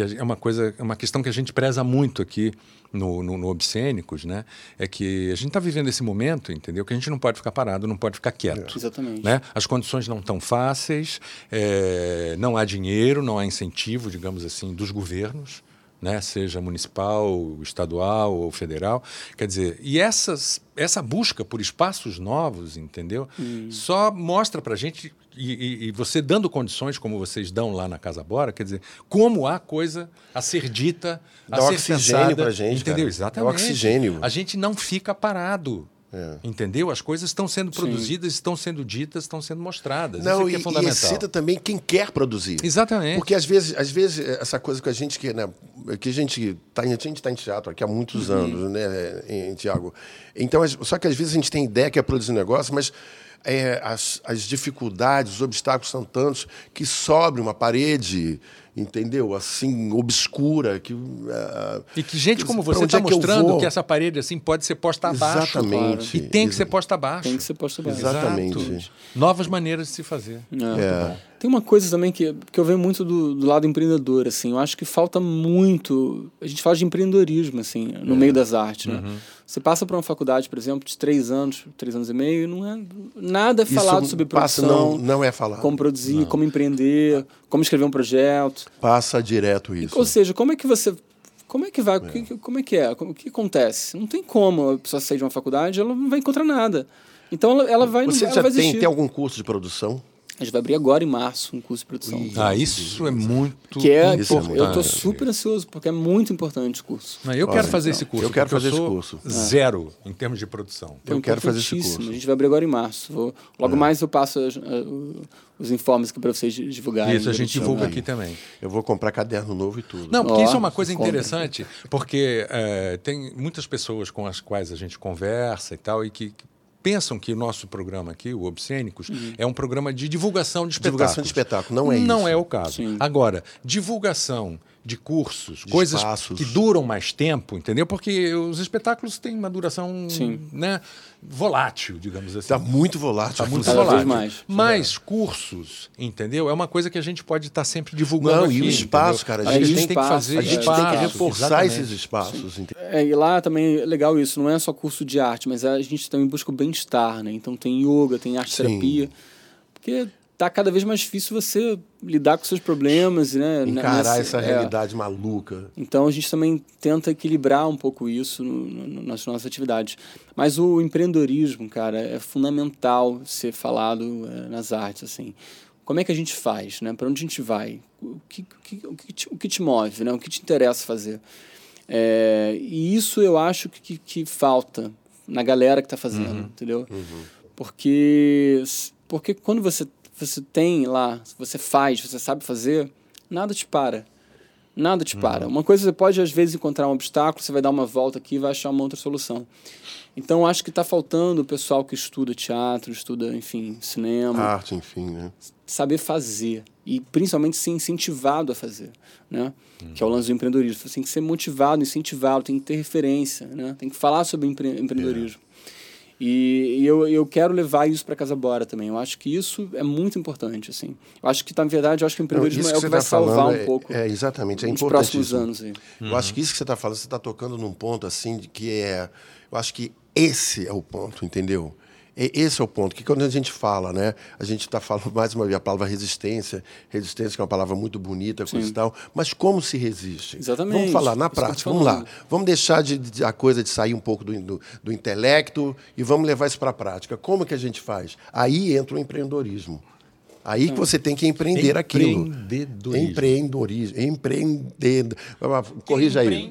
é uma questão que a gente preza muito aqui no Obscênicos, né? É que a gente está vivendo esse momento, entendeu? Que a gente não pode ficar parado, não pode ficar quieto. Exatamente. Né? As condições não estão fáceis, não há dinheiro, não há incentivo, digamos assim, dos governos, né? Seja municipal, estadual ou federal. Quer dizer, e essa busca por espaços novos, entendeu? Só mostra para a gente, e você dando condições como vocês dão lá na Casa Bora, quer dizer, como há coisa a ser dita, a ser oxigênio para a gente, entendeu? Cara. Exatamente. É oxigênio. A gente não fica parado. Entendeu? As coisas estão sendo produzidas, estão sendo ditas, estão sendo mostradas. Isso é fundamental. E excita também quem quer produzir. Exatamente. Porque às vezes essa coisa que a gente que a gente está em teatro aqui há muitos anos, né, Tiago? Então, só que às vezes a gente tem ideia que é produzir um negócio, mas as dificuldades, os obstáculos são tantos que sobre uma parede, entendeu? Assim, obscura. E que gente como você está mostrando que essa parede assim pode ser posta abaixo. Exatamente. E tem que ser posta abaixo. Tem que ser posta abaixo. Exatamente. Exato. Novas maneiras de se fazer. Tem uma coisa também que eu vejo muito do lado empreendedor, assim. Eu acho que falta muito... A gente fala de empreendedorismo, assim, no meio das artes, né? Você passa por uma faculdade, por exemplo, de 3 anos e meio, e não é nada falado sobre produção. Não é falado. Como produzir, como empreender, como escrever um projeto. Passa direto isso. Ou seja, como é que você... Como é que vai? Como é que é? O que acontece? Não tem como a pessoa sair de uma faculdade, ela não vai encontrar nada. Então ela vai Você ela já vai desistir. tem algum curso de produção? A gente vai abrir agora em março um curso de produção. Isso é muito importante. Eu estou super ansioso, porque é muito importante o curso. Eu quero fazer esse curso. Eu quero fazer esse curso. Zero em termos de produção. Eu quero fazer esse curso. A gente vai abrir agora em março. Logo mais eu passo os informes aqui para vocês divulgarem. Isso, a gente divulga aqui também. Eu vou comprar caderno novo e tudo. Não, porque isso é uma coisa interessante, porque tem muitas pessoas com as quais a gente conversa e tal, e que pensam que o nosso programa aqui, o Obscênicos, é um programa de divulgação de espetáculos. Divulgação de espetáculo, não é isso. Não é o caso. Sim. Agora, divulgação de cursos, de coisas espaços. que duram mais tempo, entendeu? Porque os espetáculos têm uma duração, né, volátil, digamos assim. Está muito volátil. Está muito Cada volátil. vez mais. Mas cursos, entendeu? É uma coisa que a gente pode estar sempre divulgando aqui. E o espaço, entendeu? cara. A gente tem que fazer A gente espaço, tem que reforçar exatamente. esses espaços. E lá também é legal isso, não é só curso de arte, mas a gente também busca o bem-estar, né? Então tem yoga, tem arte-terapia, porque tá cada vez mais difícil você lidar com seus problemas, né? Encarar essa realidade maluca. Então a gente também tenta equilibrar um pouco isso nas nossas atividades. Mas o empreendedorismo, cara, é fundamental ser falado nas artes, assim. Como é que a gente faz, né? Para onde a gente vai? O que te move, né? O que te interessa fazer? E isso eu acho que falta na galera que está fazendo, entendeu? Porque quando você tem lá, você faz, você sabe fazer, nada te para. Nada te para. Uma coisa, você pode às vezes encontrar um obstáculo, você vai dar uma volta aqui e vai achar uma outra solução. Então, acho que está faltando o pessoal que estuda teatro, estuda, enfim, cinema. Arte, enfim, né? Saber fazer. E, principalmente, ser incentivado a fazer, né? Que é o lance do empreendedorismo. Você tem que ser motivado, incentivado, tem que ter referência, né? Tem que falar sobre empreendedorismo. E eu quero levar isso para Casa Bora também. Eu acho que isso é muito importante, assim. Eu acho que, na verdade, o empreendedorismo é o que vai salvar um pouco. Exatamente, é nos importantíssimo. próximos anos. Aí. Eu acho que isso que você está falando, você está tocando num ponto, assim, de que eu acho que esse é o ponto, entendeu? Esse é o ponto, que quando a gente fala, né? A gente está falando mais uma vez a palavra resistência, que é uma palavra muito bonita, coisa e tal, mas como se resiste? Exatamente. Vamos falar na prática, vamos lá. Vamos deixar a coisa de sair um pouco do intelecto e vamos levar isso para a prática. Como que a gente faz? Aí entra o empreendedorismo. Aí que você tem que empreender aquilo. Empreendedorismo. Corrija aí.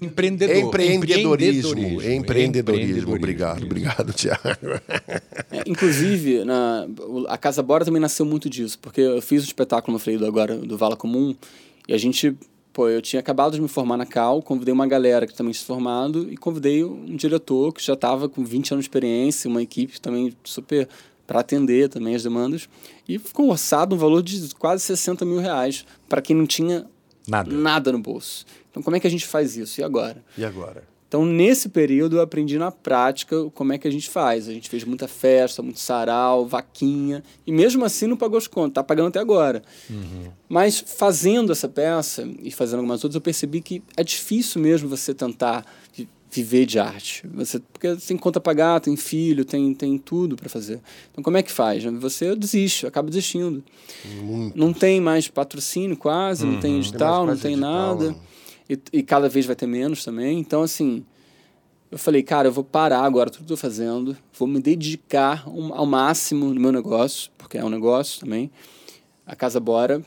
Empreendedorismo. Obrigado, Tiago. Inclusive, a Casa Bora também nasceu muito disso, porque eu fiz o espetáculo, como eu falei, agora, do Vala Comum, e a gente... eu tinha acabado de me formar na Cal, convidei uma galera que também tinha se formado e convidei um diretor que já estava com 20 anos de experiência, uma equipe também super... para atender também as demandas, e ficou orçado um valor de quase R$60 mil para quem não tinha nada no bolso. Então, como é que a gente faz isso? E agora? Então, nesse período, eu aprendi na prática como é que a gente faz. A gente fez muita festa, muito sarau, vaquinha, e mesmo assim não pagou as contas, está pagando até agora. Mas fazendo essa peça e fazendo algumas outras, eu percebi que é difícil mesmo você tentar viver de arte. Porque você tem conta a pagar, tem filho, tem tudo para fazer. Então, como é que faz? Você desiste, acaba desistindo. Não tem mais patrocínio quase, não tem edital, não tem nada. E cada vez vai ter menos também. Então, assim, eu falei, cara, eu vou parar agora tudo que eu estou fazendo, vou me dedicar ao máximo no meu negócio, porque é um negócio também, a Casa Bora.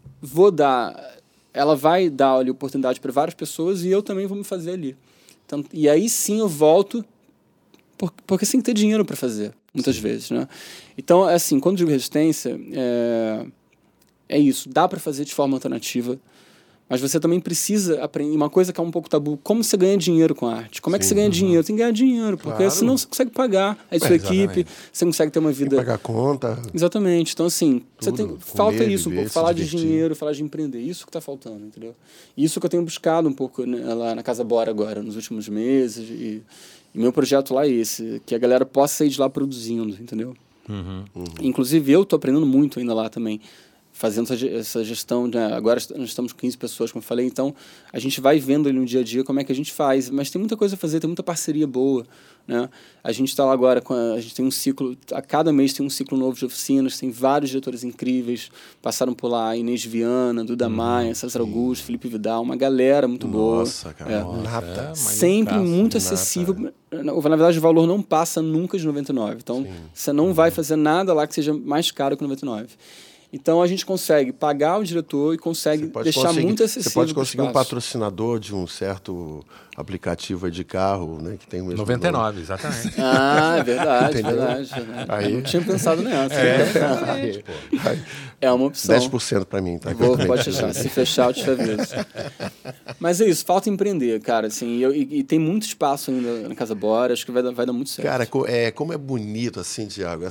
Ela vai dar ali oportunidade para várias pessoas e eu também vou me fazer ali. Então, e aí sim eu volto, porque você tem que ter dinheiro para fazer, muitas vezes, né? Então, assim, quando eu digo resistência, é isso, dá para fazer de forma alternativa, mas você também precisa aprender uma coisa que é um pouco tabu, como você ganha dinheiro com a arte. Como é que você ganha dinheiro? Tem que ganhar dinheiro, porque senão você consegue pagar a sua equipe, você consegue ter uma vida... Tem que pagar conta. Exatamente. Então, assim, falta isso um pouco, falar de dinheiro, falar de empreender. Isso que está faltando, entendeu? Isso que eu tenho buscado um pouco, né, lá na Casa Bora agora, nos últimos meses. E meu projeto lá é esse, que a galera possa sair de lá produzindo, entendeu? Inclusive, eu estou aprendendo muito ainda lá também. fazendo essa gestão, né? Agora nós estamos com 15 pessoas, como eu falei, então a gente vai vendo ali no dia a dia como é que a gente faz, mas tem muita coisa a fazer, tem muita parceria boa, né? A gente está lá agora, a gente tem um ciclo, a cada mês tem um ciclo novo de oficinas, tem vários diretores incríveis, passaram por lá, Inês Viana, Duda Maia, César Augusto, Felipe Vidal, uma galera muito boa. Nossa, cara, nada. Sempre muito acessível. Na verdade, o valor não passa nunca de 99, então você não vai fazer nada lá que seja mais caro que 99. Então, a gente consegue pagar o diretor e consegue deixar muito acessível. Você pode conseguir um patrocinador de um certo aplicativo de carro, né? Que tem o mesmo 99, nome. Exatamente. É verdade. Aí... Eu não tinha pensado nessa. É uma opção. 10% para mim, tá? Pode fechar. Se fechar, eu te aviso. Mas é isso, falta empreender, cara. Assim, e tem muito espaço ainda na Casa Bora, acho que vai dar muito certo. Cara, como é bonito, assim, Thiago,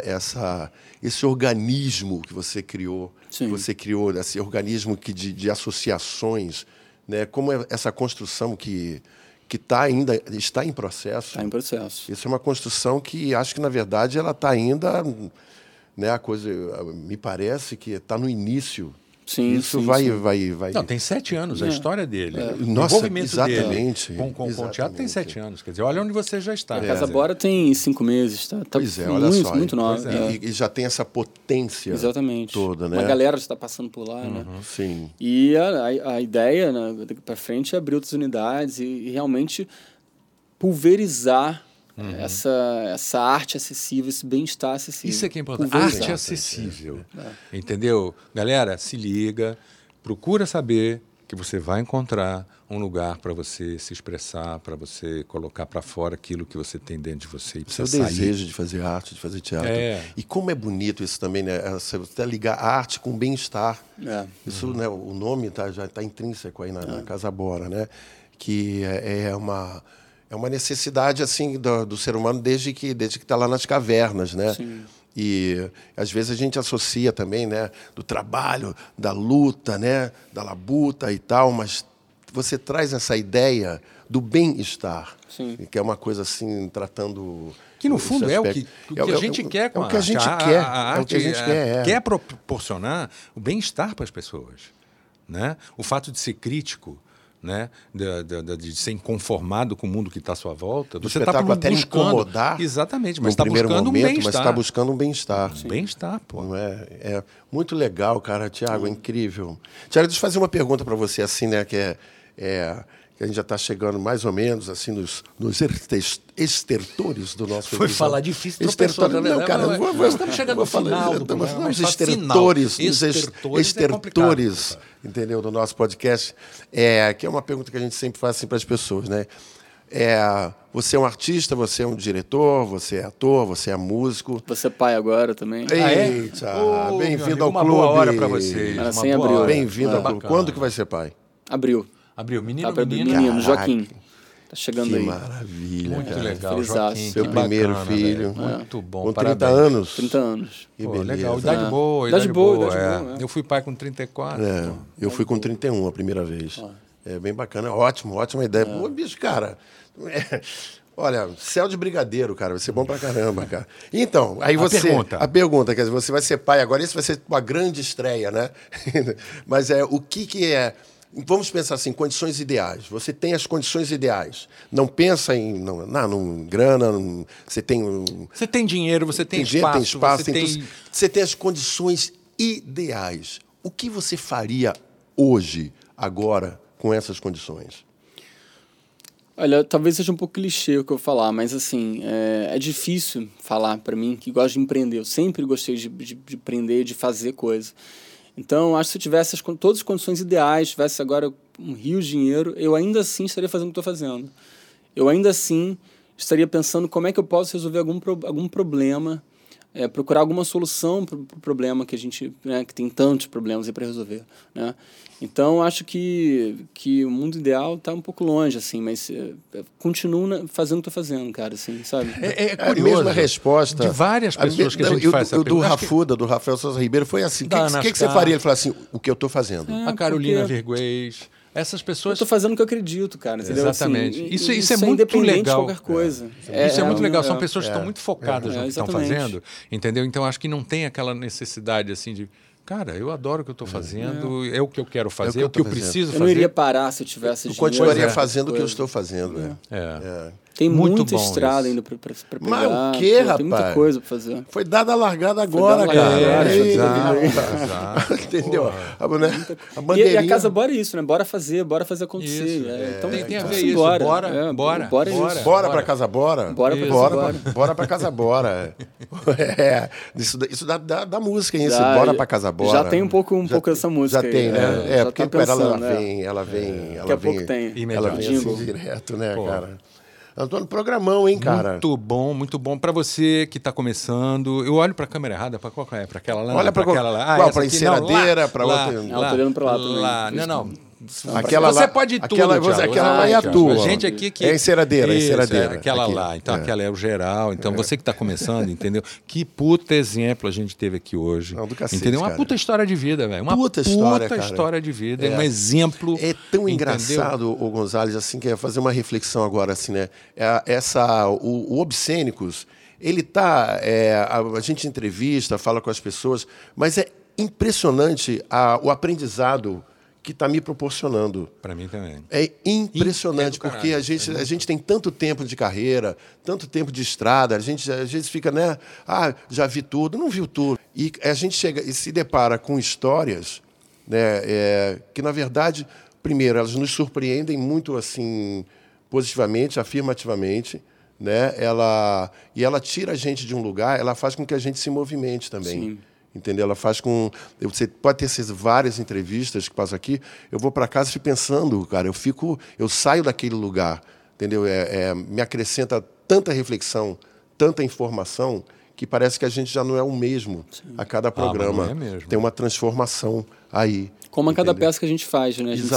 esse organismo que você criou. Sim. Que você criou, esse organismo de associações, né? Como é essa construção que está em processo. Está em processo. Isso é uma construção que acho que, na verdade, ela está ainda... Né, a coisa, me parece que está no início. Sim, isso sim, vai. Não, tem 7 anos a história dele. O Nossa, envolvimento exatamente, dele com o teatro tem 7 anos. Quer dizer, olha onde você já está. A Casa Bora tem 5 meses, tá? Pois é, olha só. Muito nova. E já tem essa potência toda, né? Uma galera já está passando por lá, né? Sim. E a ideia, né, daqui para frente, é abrir outras unidades e realmente pulverizar essa arte acessível, esse bem-estar acessível. Isso é que é importante. Arte acessível. Entendeu? Galera, se liga, procura saber que você vai encontrar um lugar para você se expressar, para você colocar para fora aquilo que você tem dentro de você. E seu desejo de fazer arte, de fazer teatro. E como é bonito isso também, né? Você ligar a arte com bem-estar. Isso, né? O nome já está intrínseco aí na Casa Bora, né? Que é uma necessidade assim do ser humano desde que está lá nas cavernas, né? Sim. E às vezes a gente associa também, né, do trabalho, da luta, né, da labuta e tal, mas você traz essa ideia do bem-estar, que é uma coisa assim tratando que no fundo é o que a gente quer com a arte. É o que a gente quer. A arte quer proporcionar o bem-estar para as pessoas, né? O fato de ser crítico, né, de ser inconformado com o mundo que está à sua volta. Você está buscando incomodar. Exatamente, mas está buscando um bem-estar. Mas está buscando um bem-estar. Bem-estar, pô. Não é muito legal, cara. Tiago, é incrível. Tiago, deixa eu fazer uma pergunta para você, assim, né, que a gente já está chegando mais ou menos assim nos estertores do nosso Foi falar difícil. Não, cara, estamos chegando no final do programa. Os estertores, entendeu, do nosso podcast, que é uma pergunta que a gente sempre faz assim, para as pessoas, né? Você é um artista, você é um diretor, você é ator, você é músico. Você é pai agora também. Eita, bem-vindo ao clube. Uma boa hora para vocês. Assim abriu. Bem-vindo ao clube. Quando que vai ser pai? Abril. Menino, Joaquim. Tá chegando aí. Que maravilha. Muito cara. legal, Joaquim. Seu primeiro filho. Muito bom, com 30 parabéns. anos. 30 anos. Que Pô, beleza. legal. Idade boa. Idade boa. Eu fui pai com 34. Eu fui com 31 a primeira vez. É bem bacana. Ótima ideia. Pô, bicho, cara... Olha, céu de brigadeiro, cara. Vai ser bom pra caramba, cara. Então, aí a pergunta, quer dizer, você vai ser pai agora, isso vai ser uma grande estreia, né? Mas o que é... Vamos pensar assim, condições ideais. Você tem as condições ideais. Não pensa em grana, você tem... Você tem dinheiro, você tem espaço. Você tem as condições ideais. O que você faria hoje, agora, com essas condições? Olha, talvez seja um pouco clichê o que eu vou falar, mas assim, é difícil falar para mim que gosto de empreender. Eu sempre gostei de empreender, de fazer coisa. Então, acho que se eu tivesse todas as condições ideais, tivesse agora um rio de dinheiro, eu ainda assim estaria fazendo o que estou fazendo. Eu ainda assim estaria pensando como é que eu posso resolver algum problema, procurar alguma solução para o problema que a gente, né, que tem tantos problemas aí para resolver, né? Então, acho que o mundo ideal está um pouco longe, assim, mas continuo fazendo o que estou fazendo, cara, assim, sabe? É curioso. A mesma resposta. De várias pessoas que a gente faz essa pergunta. Do Rafael Souza Ribeiro, foi assim. O que você faria? Ele falou assim, o que eu estou fazendo. A Carolina Verguês. Essas pessoas... Eu estou fazendo o que eu acredito, cara. Entendeu? Exatamente. Assim, isso é muito legal. De qualquer coisa. Isso é muito legal. São pessoas que estão muito focadas no que estão fazendo, entendeu? Então, acho que não tem aquela necessidade, assim, de... cara, eu adoro o que eu estou fazendo, é o que eu quero fazer, é o que eu preciso fazer. Eu não iria parar se eu tivesse dinheiro. Eu continuaria fazendo o que eu estou fazendo. Tem muito muita estrada ainda para pegar. Mas o quê, rapaz? Tem muita coisa para fazer. Foi dada a largada agora, cara. Exato. Entendeu? A bandeirinha... E a Casa Bora é isso, né? Bora fazer acontecer. Então tem a ver isso. Bora pra Casa Bora. Bora pra Casa Bora. Isso dá música, hein? Bora pra Casa Bora. Já tem um pouco dessa música. Já tem, né? Porque ela vem. Daqui a pouco tem. Ela vem assim direto, né, cara? Antônio, programão, hein, cara? Muito bom. Para você que está começando, eu olho para a câmera errada, para qual é? Para aquela lá? Olha para aquela lá. Para enceradeira, para outra. Eu tô olhando para lá também. Não. Aquela você pode ir tudo, aquela lá é a tua. A gente aqui que... É a enceradeira, aquela aqui. Lá. Então, aquela é o geral. Então, você que está começando, entendeu? Que puta exemplo a gente teve aqui hoje. Não, do cacete, entendeu? Uma puta história de vida, velho. Uma puta história de vida. É um exemplo. É tão engraçado, o Gonzalez, assim, que é fazer uma reflexão agora, assim, né? O Obscênicos, ele tá... a gente entrevista, fala com as pessoas, mas é impressionante o aprendizado que está me proporcionando. Para mim também. É impressionante, porque a gente tem tanto tempo de carreira, tanto tempo de estrada, a gente às vezes fica, né? Já vi tudo, não viu tudo. E a gente chega e se depara com histórias, né, que, na verdade, primeiro, elas nos surpreendem muito assim, positivamente, afirmativamente, né? Ela tira a gente de um lugar, ela faz com que a gente se movimente também. Sim. Entendeu? Ela faz com... Você pode ter várias entrevistas que passam aqui, eu vou para casa e fico pensando, cara, eu saio daquele lugar, entendeu? Me acrescenta tanta reflexão, tanta informação, que parece que a gente já não é o mesmo. Sim. A cada programa. Não é mesmo. Tem uma transformação aí. Como a cada peça que a gente faz, né? A gente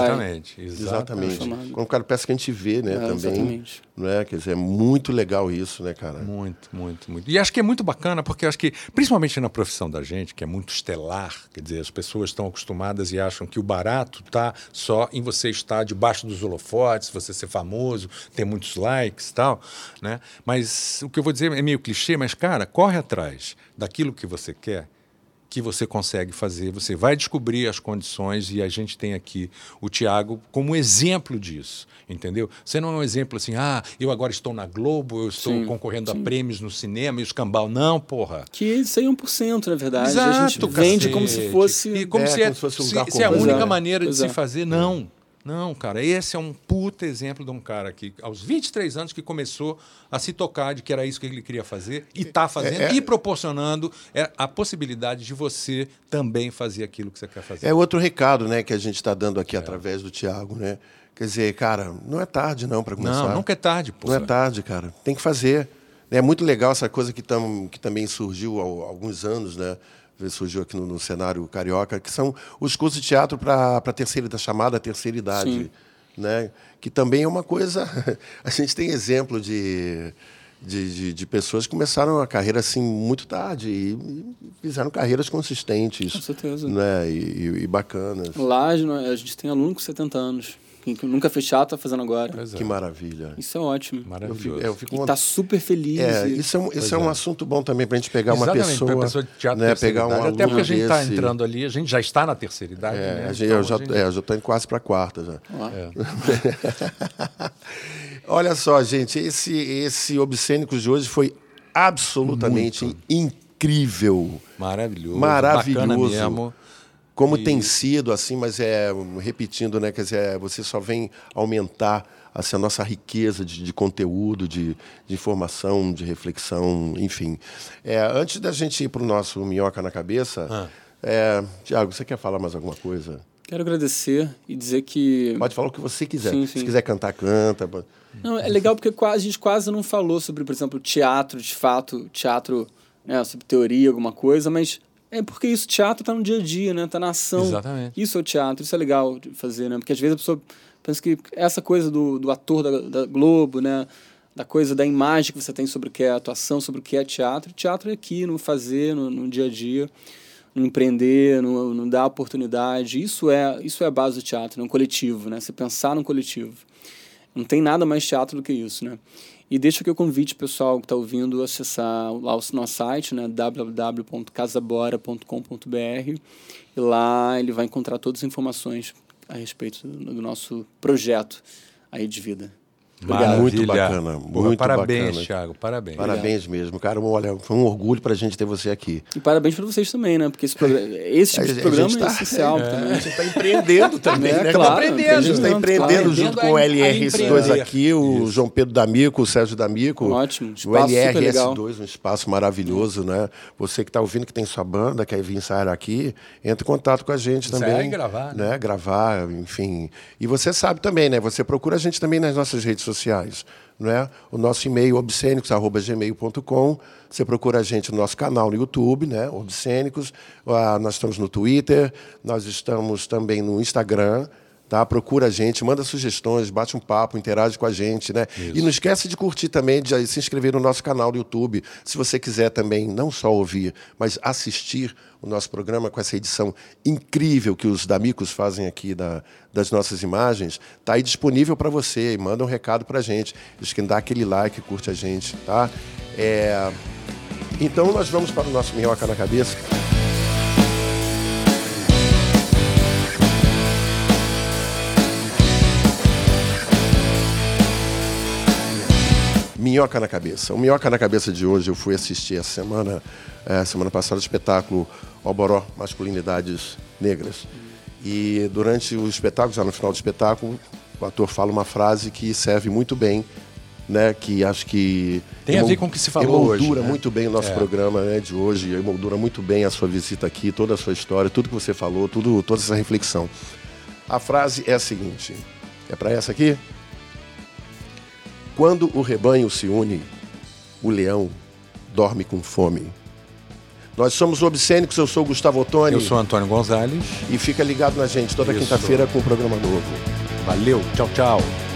Exatamente. Como cada peça que a gente vê, né? Também. Exatamente. Não é? Quer dizer, é muito legal isso, né, cara? Muito. E acho que é muito bacana, porque acho que, principalmente na profissão da gente, que é muito estelar, quer dizer, as pessoas estão acostumadas e acham que o barato está só em você estar debaixo dos holofotes, você ser famoso, ter muitos likes e tal, né? Mas o que eu vou dizer é meio clichê, mas, cara, corre atrás daquilo que você quer, que você consegue fazer, você vai descobrir as condições, e a gente tem aqui o Thiago como exemplo disso, entendeu? Você não é um exemplo assim, eu agora estou na Globo, eu estou concorrendo a prêmios no cinema e os cambal. Não, porra. Que isso aí é 1%, na verdade. Exato, a gente vende como se fosse... E como se é a única maneira de se fazer. Não, cara, esse é um puta exemplo de um cara que, aos 23 anos, que começou a se tocar de que era isso que ele queria fazer e está fazendo e proporcionando a possibilidade de você também fazer aquilo que você quer fazer. É outro recado, né, que a gente está dando aqui através do Thiago, né? Quer dizer, cara, não é tarde não para começar. Não, nunca é tarde, pô. Não é tarde, cara. Tem que fazer. É muito legal essa coisa que também surgiu há alguns anos, né? Surgiu aqui no cenário carioca, que são os cursos de teatro para a chamada terceira idade, né? Que também é uma coisa... A gente tem exemplo de pessoas que começaram a carreira assim muito tarde e fizeram carreiras consistentes. Com certeza. Né? E bacanas. Lá a gente tem aluno com 70 anos. Que nunca fez teatro, está fazendo agora. Que maravilha. Isso é ótimo. Maravilhoso. E está super feliz. Isso é um assunto bom também para a gente pegar uma pessoa... Para pessoa de teatro, né, pegar um aluno até porque a gente está desse... entrando ali, a gente já está na terceira idade. Né? Eu já estou indo quase para a quarta. Já. Olha só, gente, esse Obscênicos de hoje foi absolutamente incrível. Maravilhoso. Maravilhoso. Bacana mesmo. Como tem sido, assim, mas repetindo, né? Quer dizer, você só vem aumentar assim, a nossa riqueza de conteúdo, de informação, de reflexão, enfim. Antes da gente ir para o nosso Minhoca na Cabeça, Thiago, você quer falar mais alguma coisa? Quero agradecer e dizer que... Pode falar o que você quiser. Sim. Se quiser cantar, canta. Não, é legal porque a gente quase não falou sobre, por exemplo, teatro, de fato, teatro, né, sobre teoria, alguma coisa, mas... É porque isso, teatro está no dia a dia, né? Está na ação. Exatamente. Isso é o teatro, isso é legal de fazer, né? Porque às vezes a pessoa pensa que essa coisa do ator da Globo, né? Da coisa da imagem que você tem sobre o que é atuação, sobre o que é teatro. Teatro é aqui, no fazer, no dia a dia, no empreender, no dar oportunidade. Isso é a base do teatro, né? Um coletivo, né? Você pensar num coletivo. Não tem nada mais teatro do que isso, né? E deixo aqui o convite, pessoal, que está ouvindo, acessar lá o nosso site, né, www.casabora.com.br, e lá ele vai encontrar todas as informações a respeito do nosso projeto aí de vida. Obrigado. Muito bacana, muito parabéns, bacana. Thiago, parabéns. Parabéns mesmo, cara. Olha, foi um orgulho pra gente ter você aqui. E parabéns pra vocês também, né? Porque esse tipo de programa é essencial também. A gente tá empreendendo também, né? Claro, Aprendendo, a gente tá empreendendo junto com o LRS2 aqui, o João Pedro D'Amico, o Sérgio D'Amico. Ótimo, o LRS2, um espaço maravilhoso, né? Você que tá ouvindo, que tem sua banda, quer vir ensaiar aqui, entre em contato com a gente também. Ensaiar e gravar, né? Gravar, enfim. E você sabe também, né? Você procura a gente também nas nossas redes sociais, não é? O nosso e-mail obscenicos@gmail.com. Você procura a gente no nosso canal no YouTube, né? Obscênicos. Nós estamos no Twitter, nós estamos também no Instagram. Tá? Procura a gente, manda sugestões, bate um papo, interage com a gente, né? Isso. E não esquece de curtir também, de se inscrever no nosso canal do YouTube. Se você quiser também não só ouvir, mas assistir o nosso programa com essa edição incrível que os D'Amicos fazem aqui das nossas imagens, tá aí disponível para você. E manda um recado para a gente. Dá aquele like, curte a gente, tá? Então nós vamos para o nosso Minhoca na Cabeça. Minhoca na Cabeça. O Minhoca na Cabeça de hoje eu fui assistir semana passada o espetáculo Oboró, Masculinidades Negras. E durante o espetáculo, já no final do espetáculo, o ator fala uma frase que serve muito bem, né, que acho que tem a ver com o que se falou hoje. Emoldura muito bem o nosso programa, né, de hoje, emoldura muito bem a sua visita aqui, toda a sua história, tudo que você falou, toda essa reflexão. A frase é a seguinte, é para essa aqui? Quando o rebanho se une, o leão dorme com fome. Nós somos o Obscênicos, eu sou o Gustavo Ottoni. Eu sou o Antônio Gonzalez. E fica ligado na gente toda quinta-feira com um programa novo. Valeu, tchau, tchau.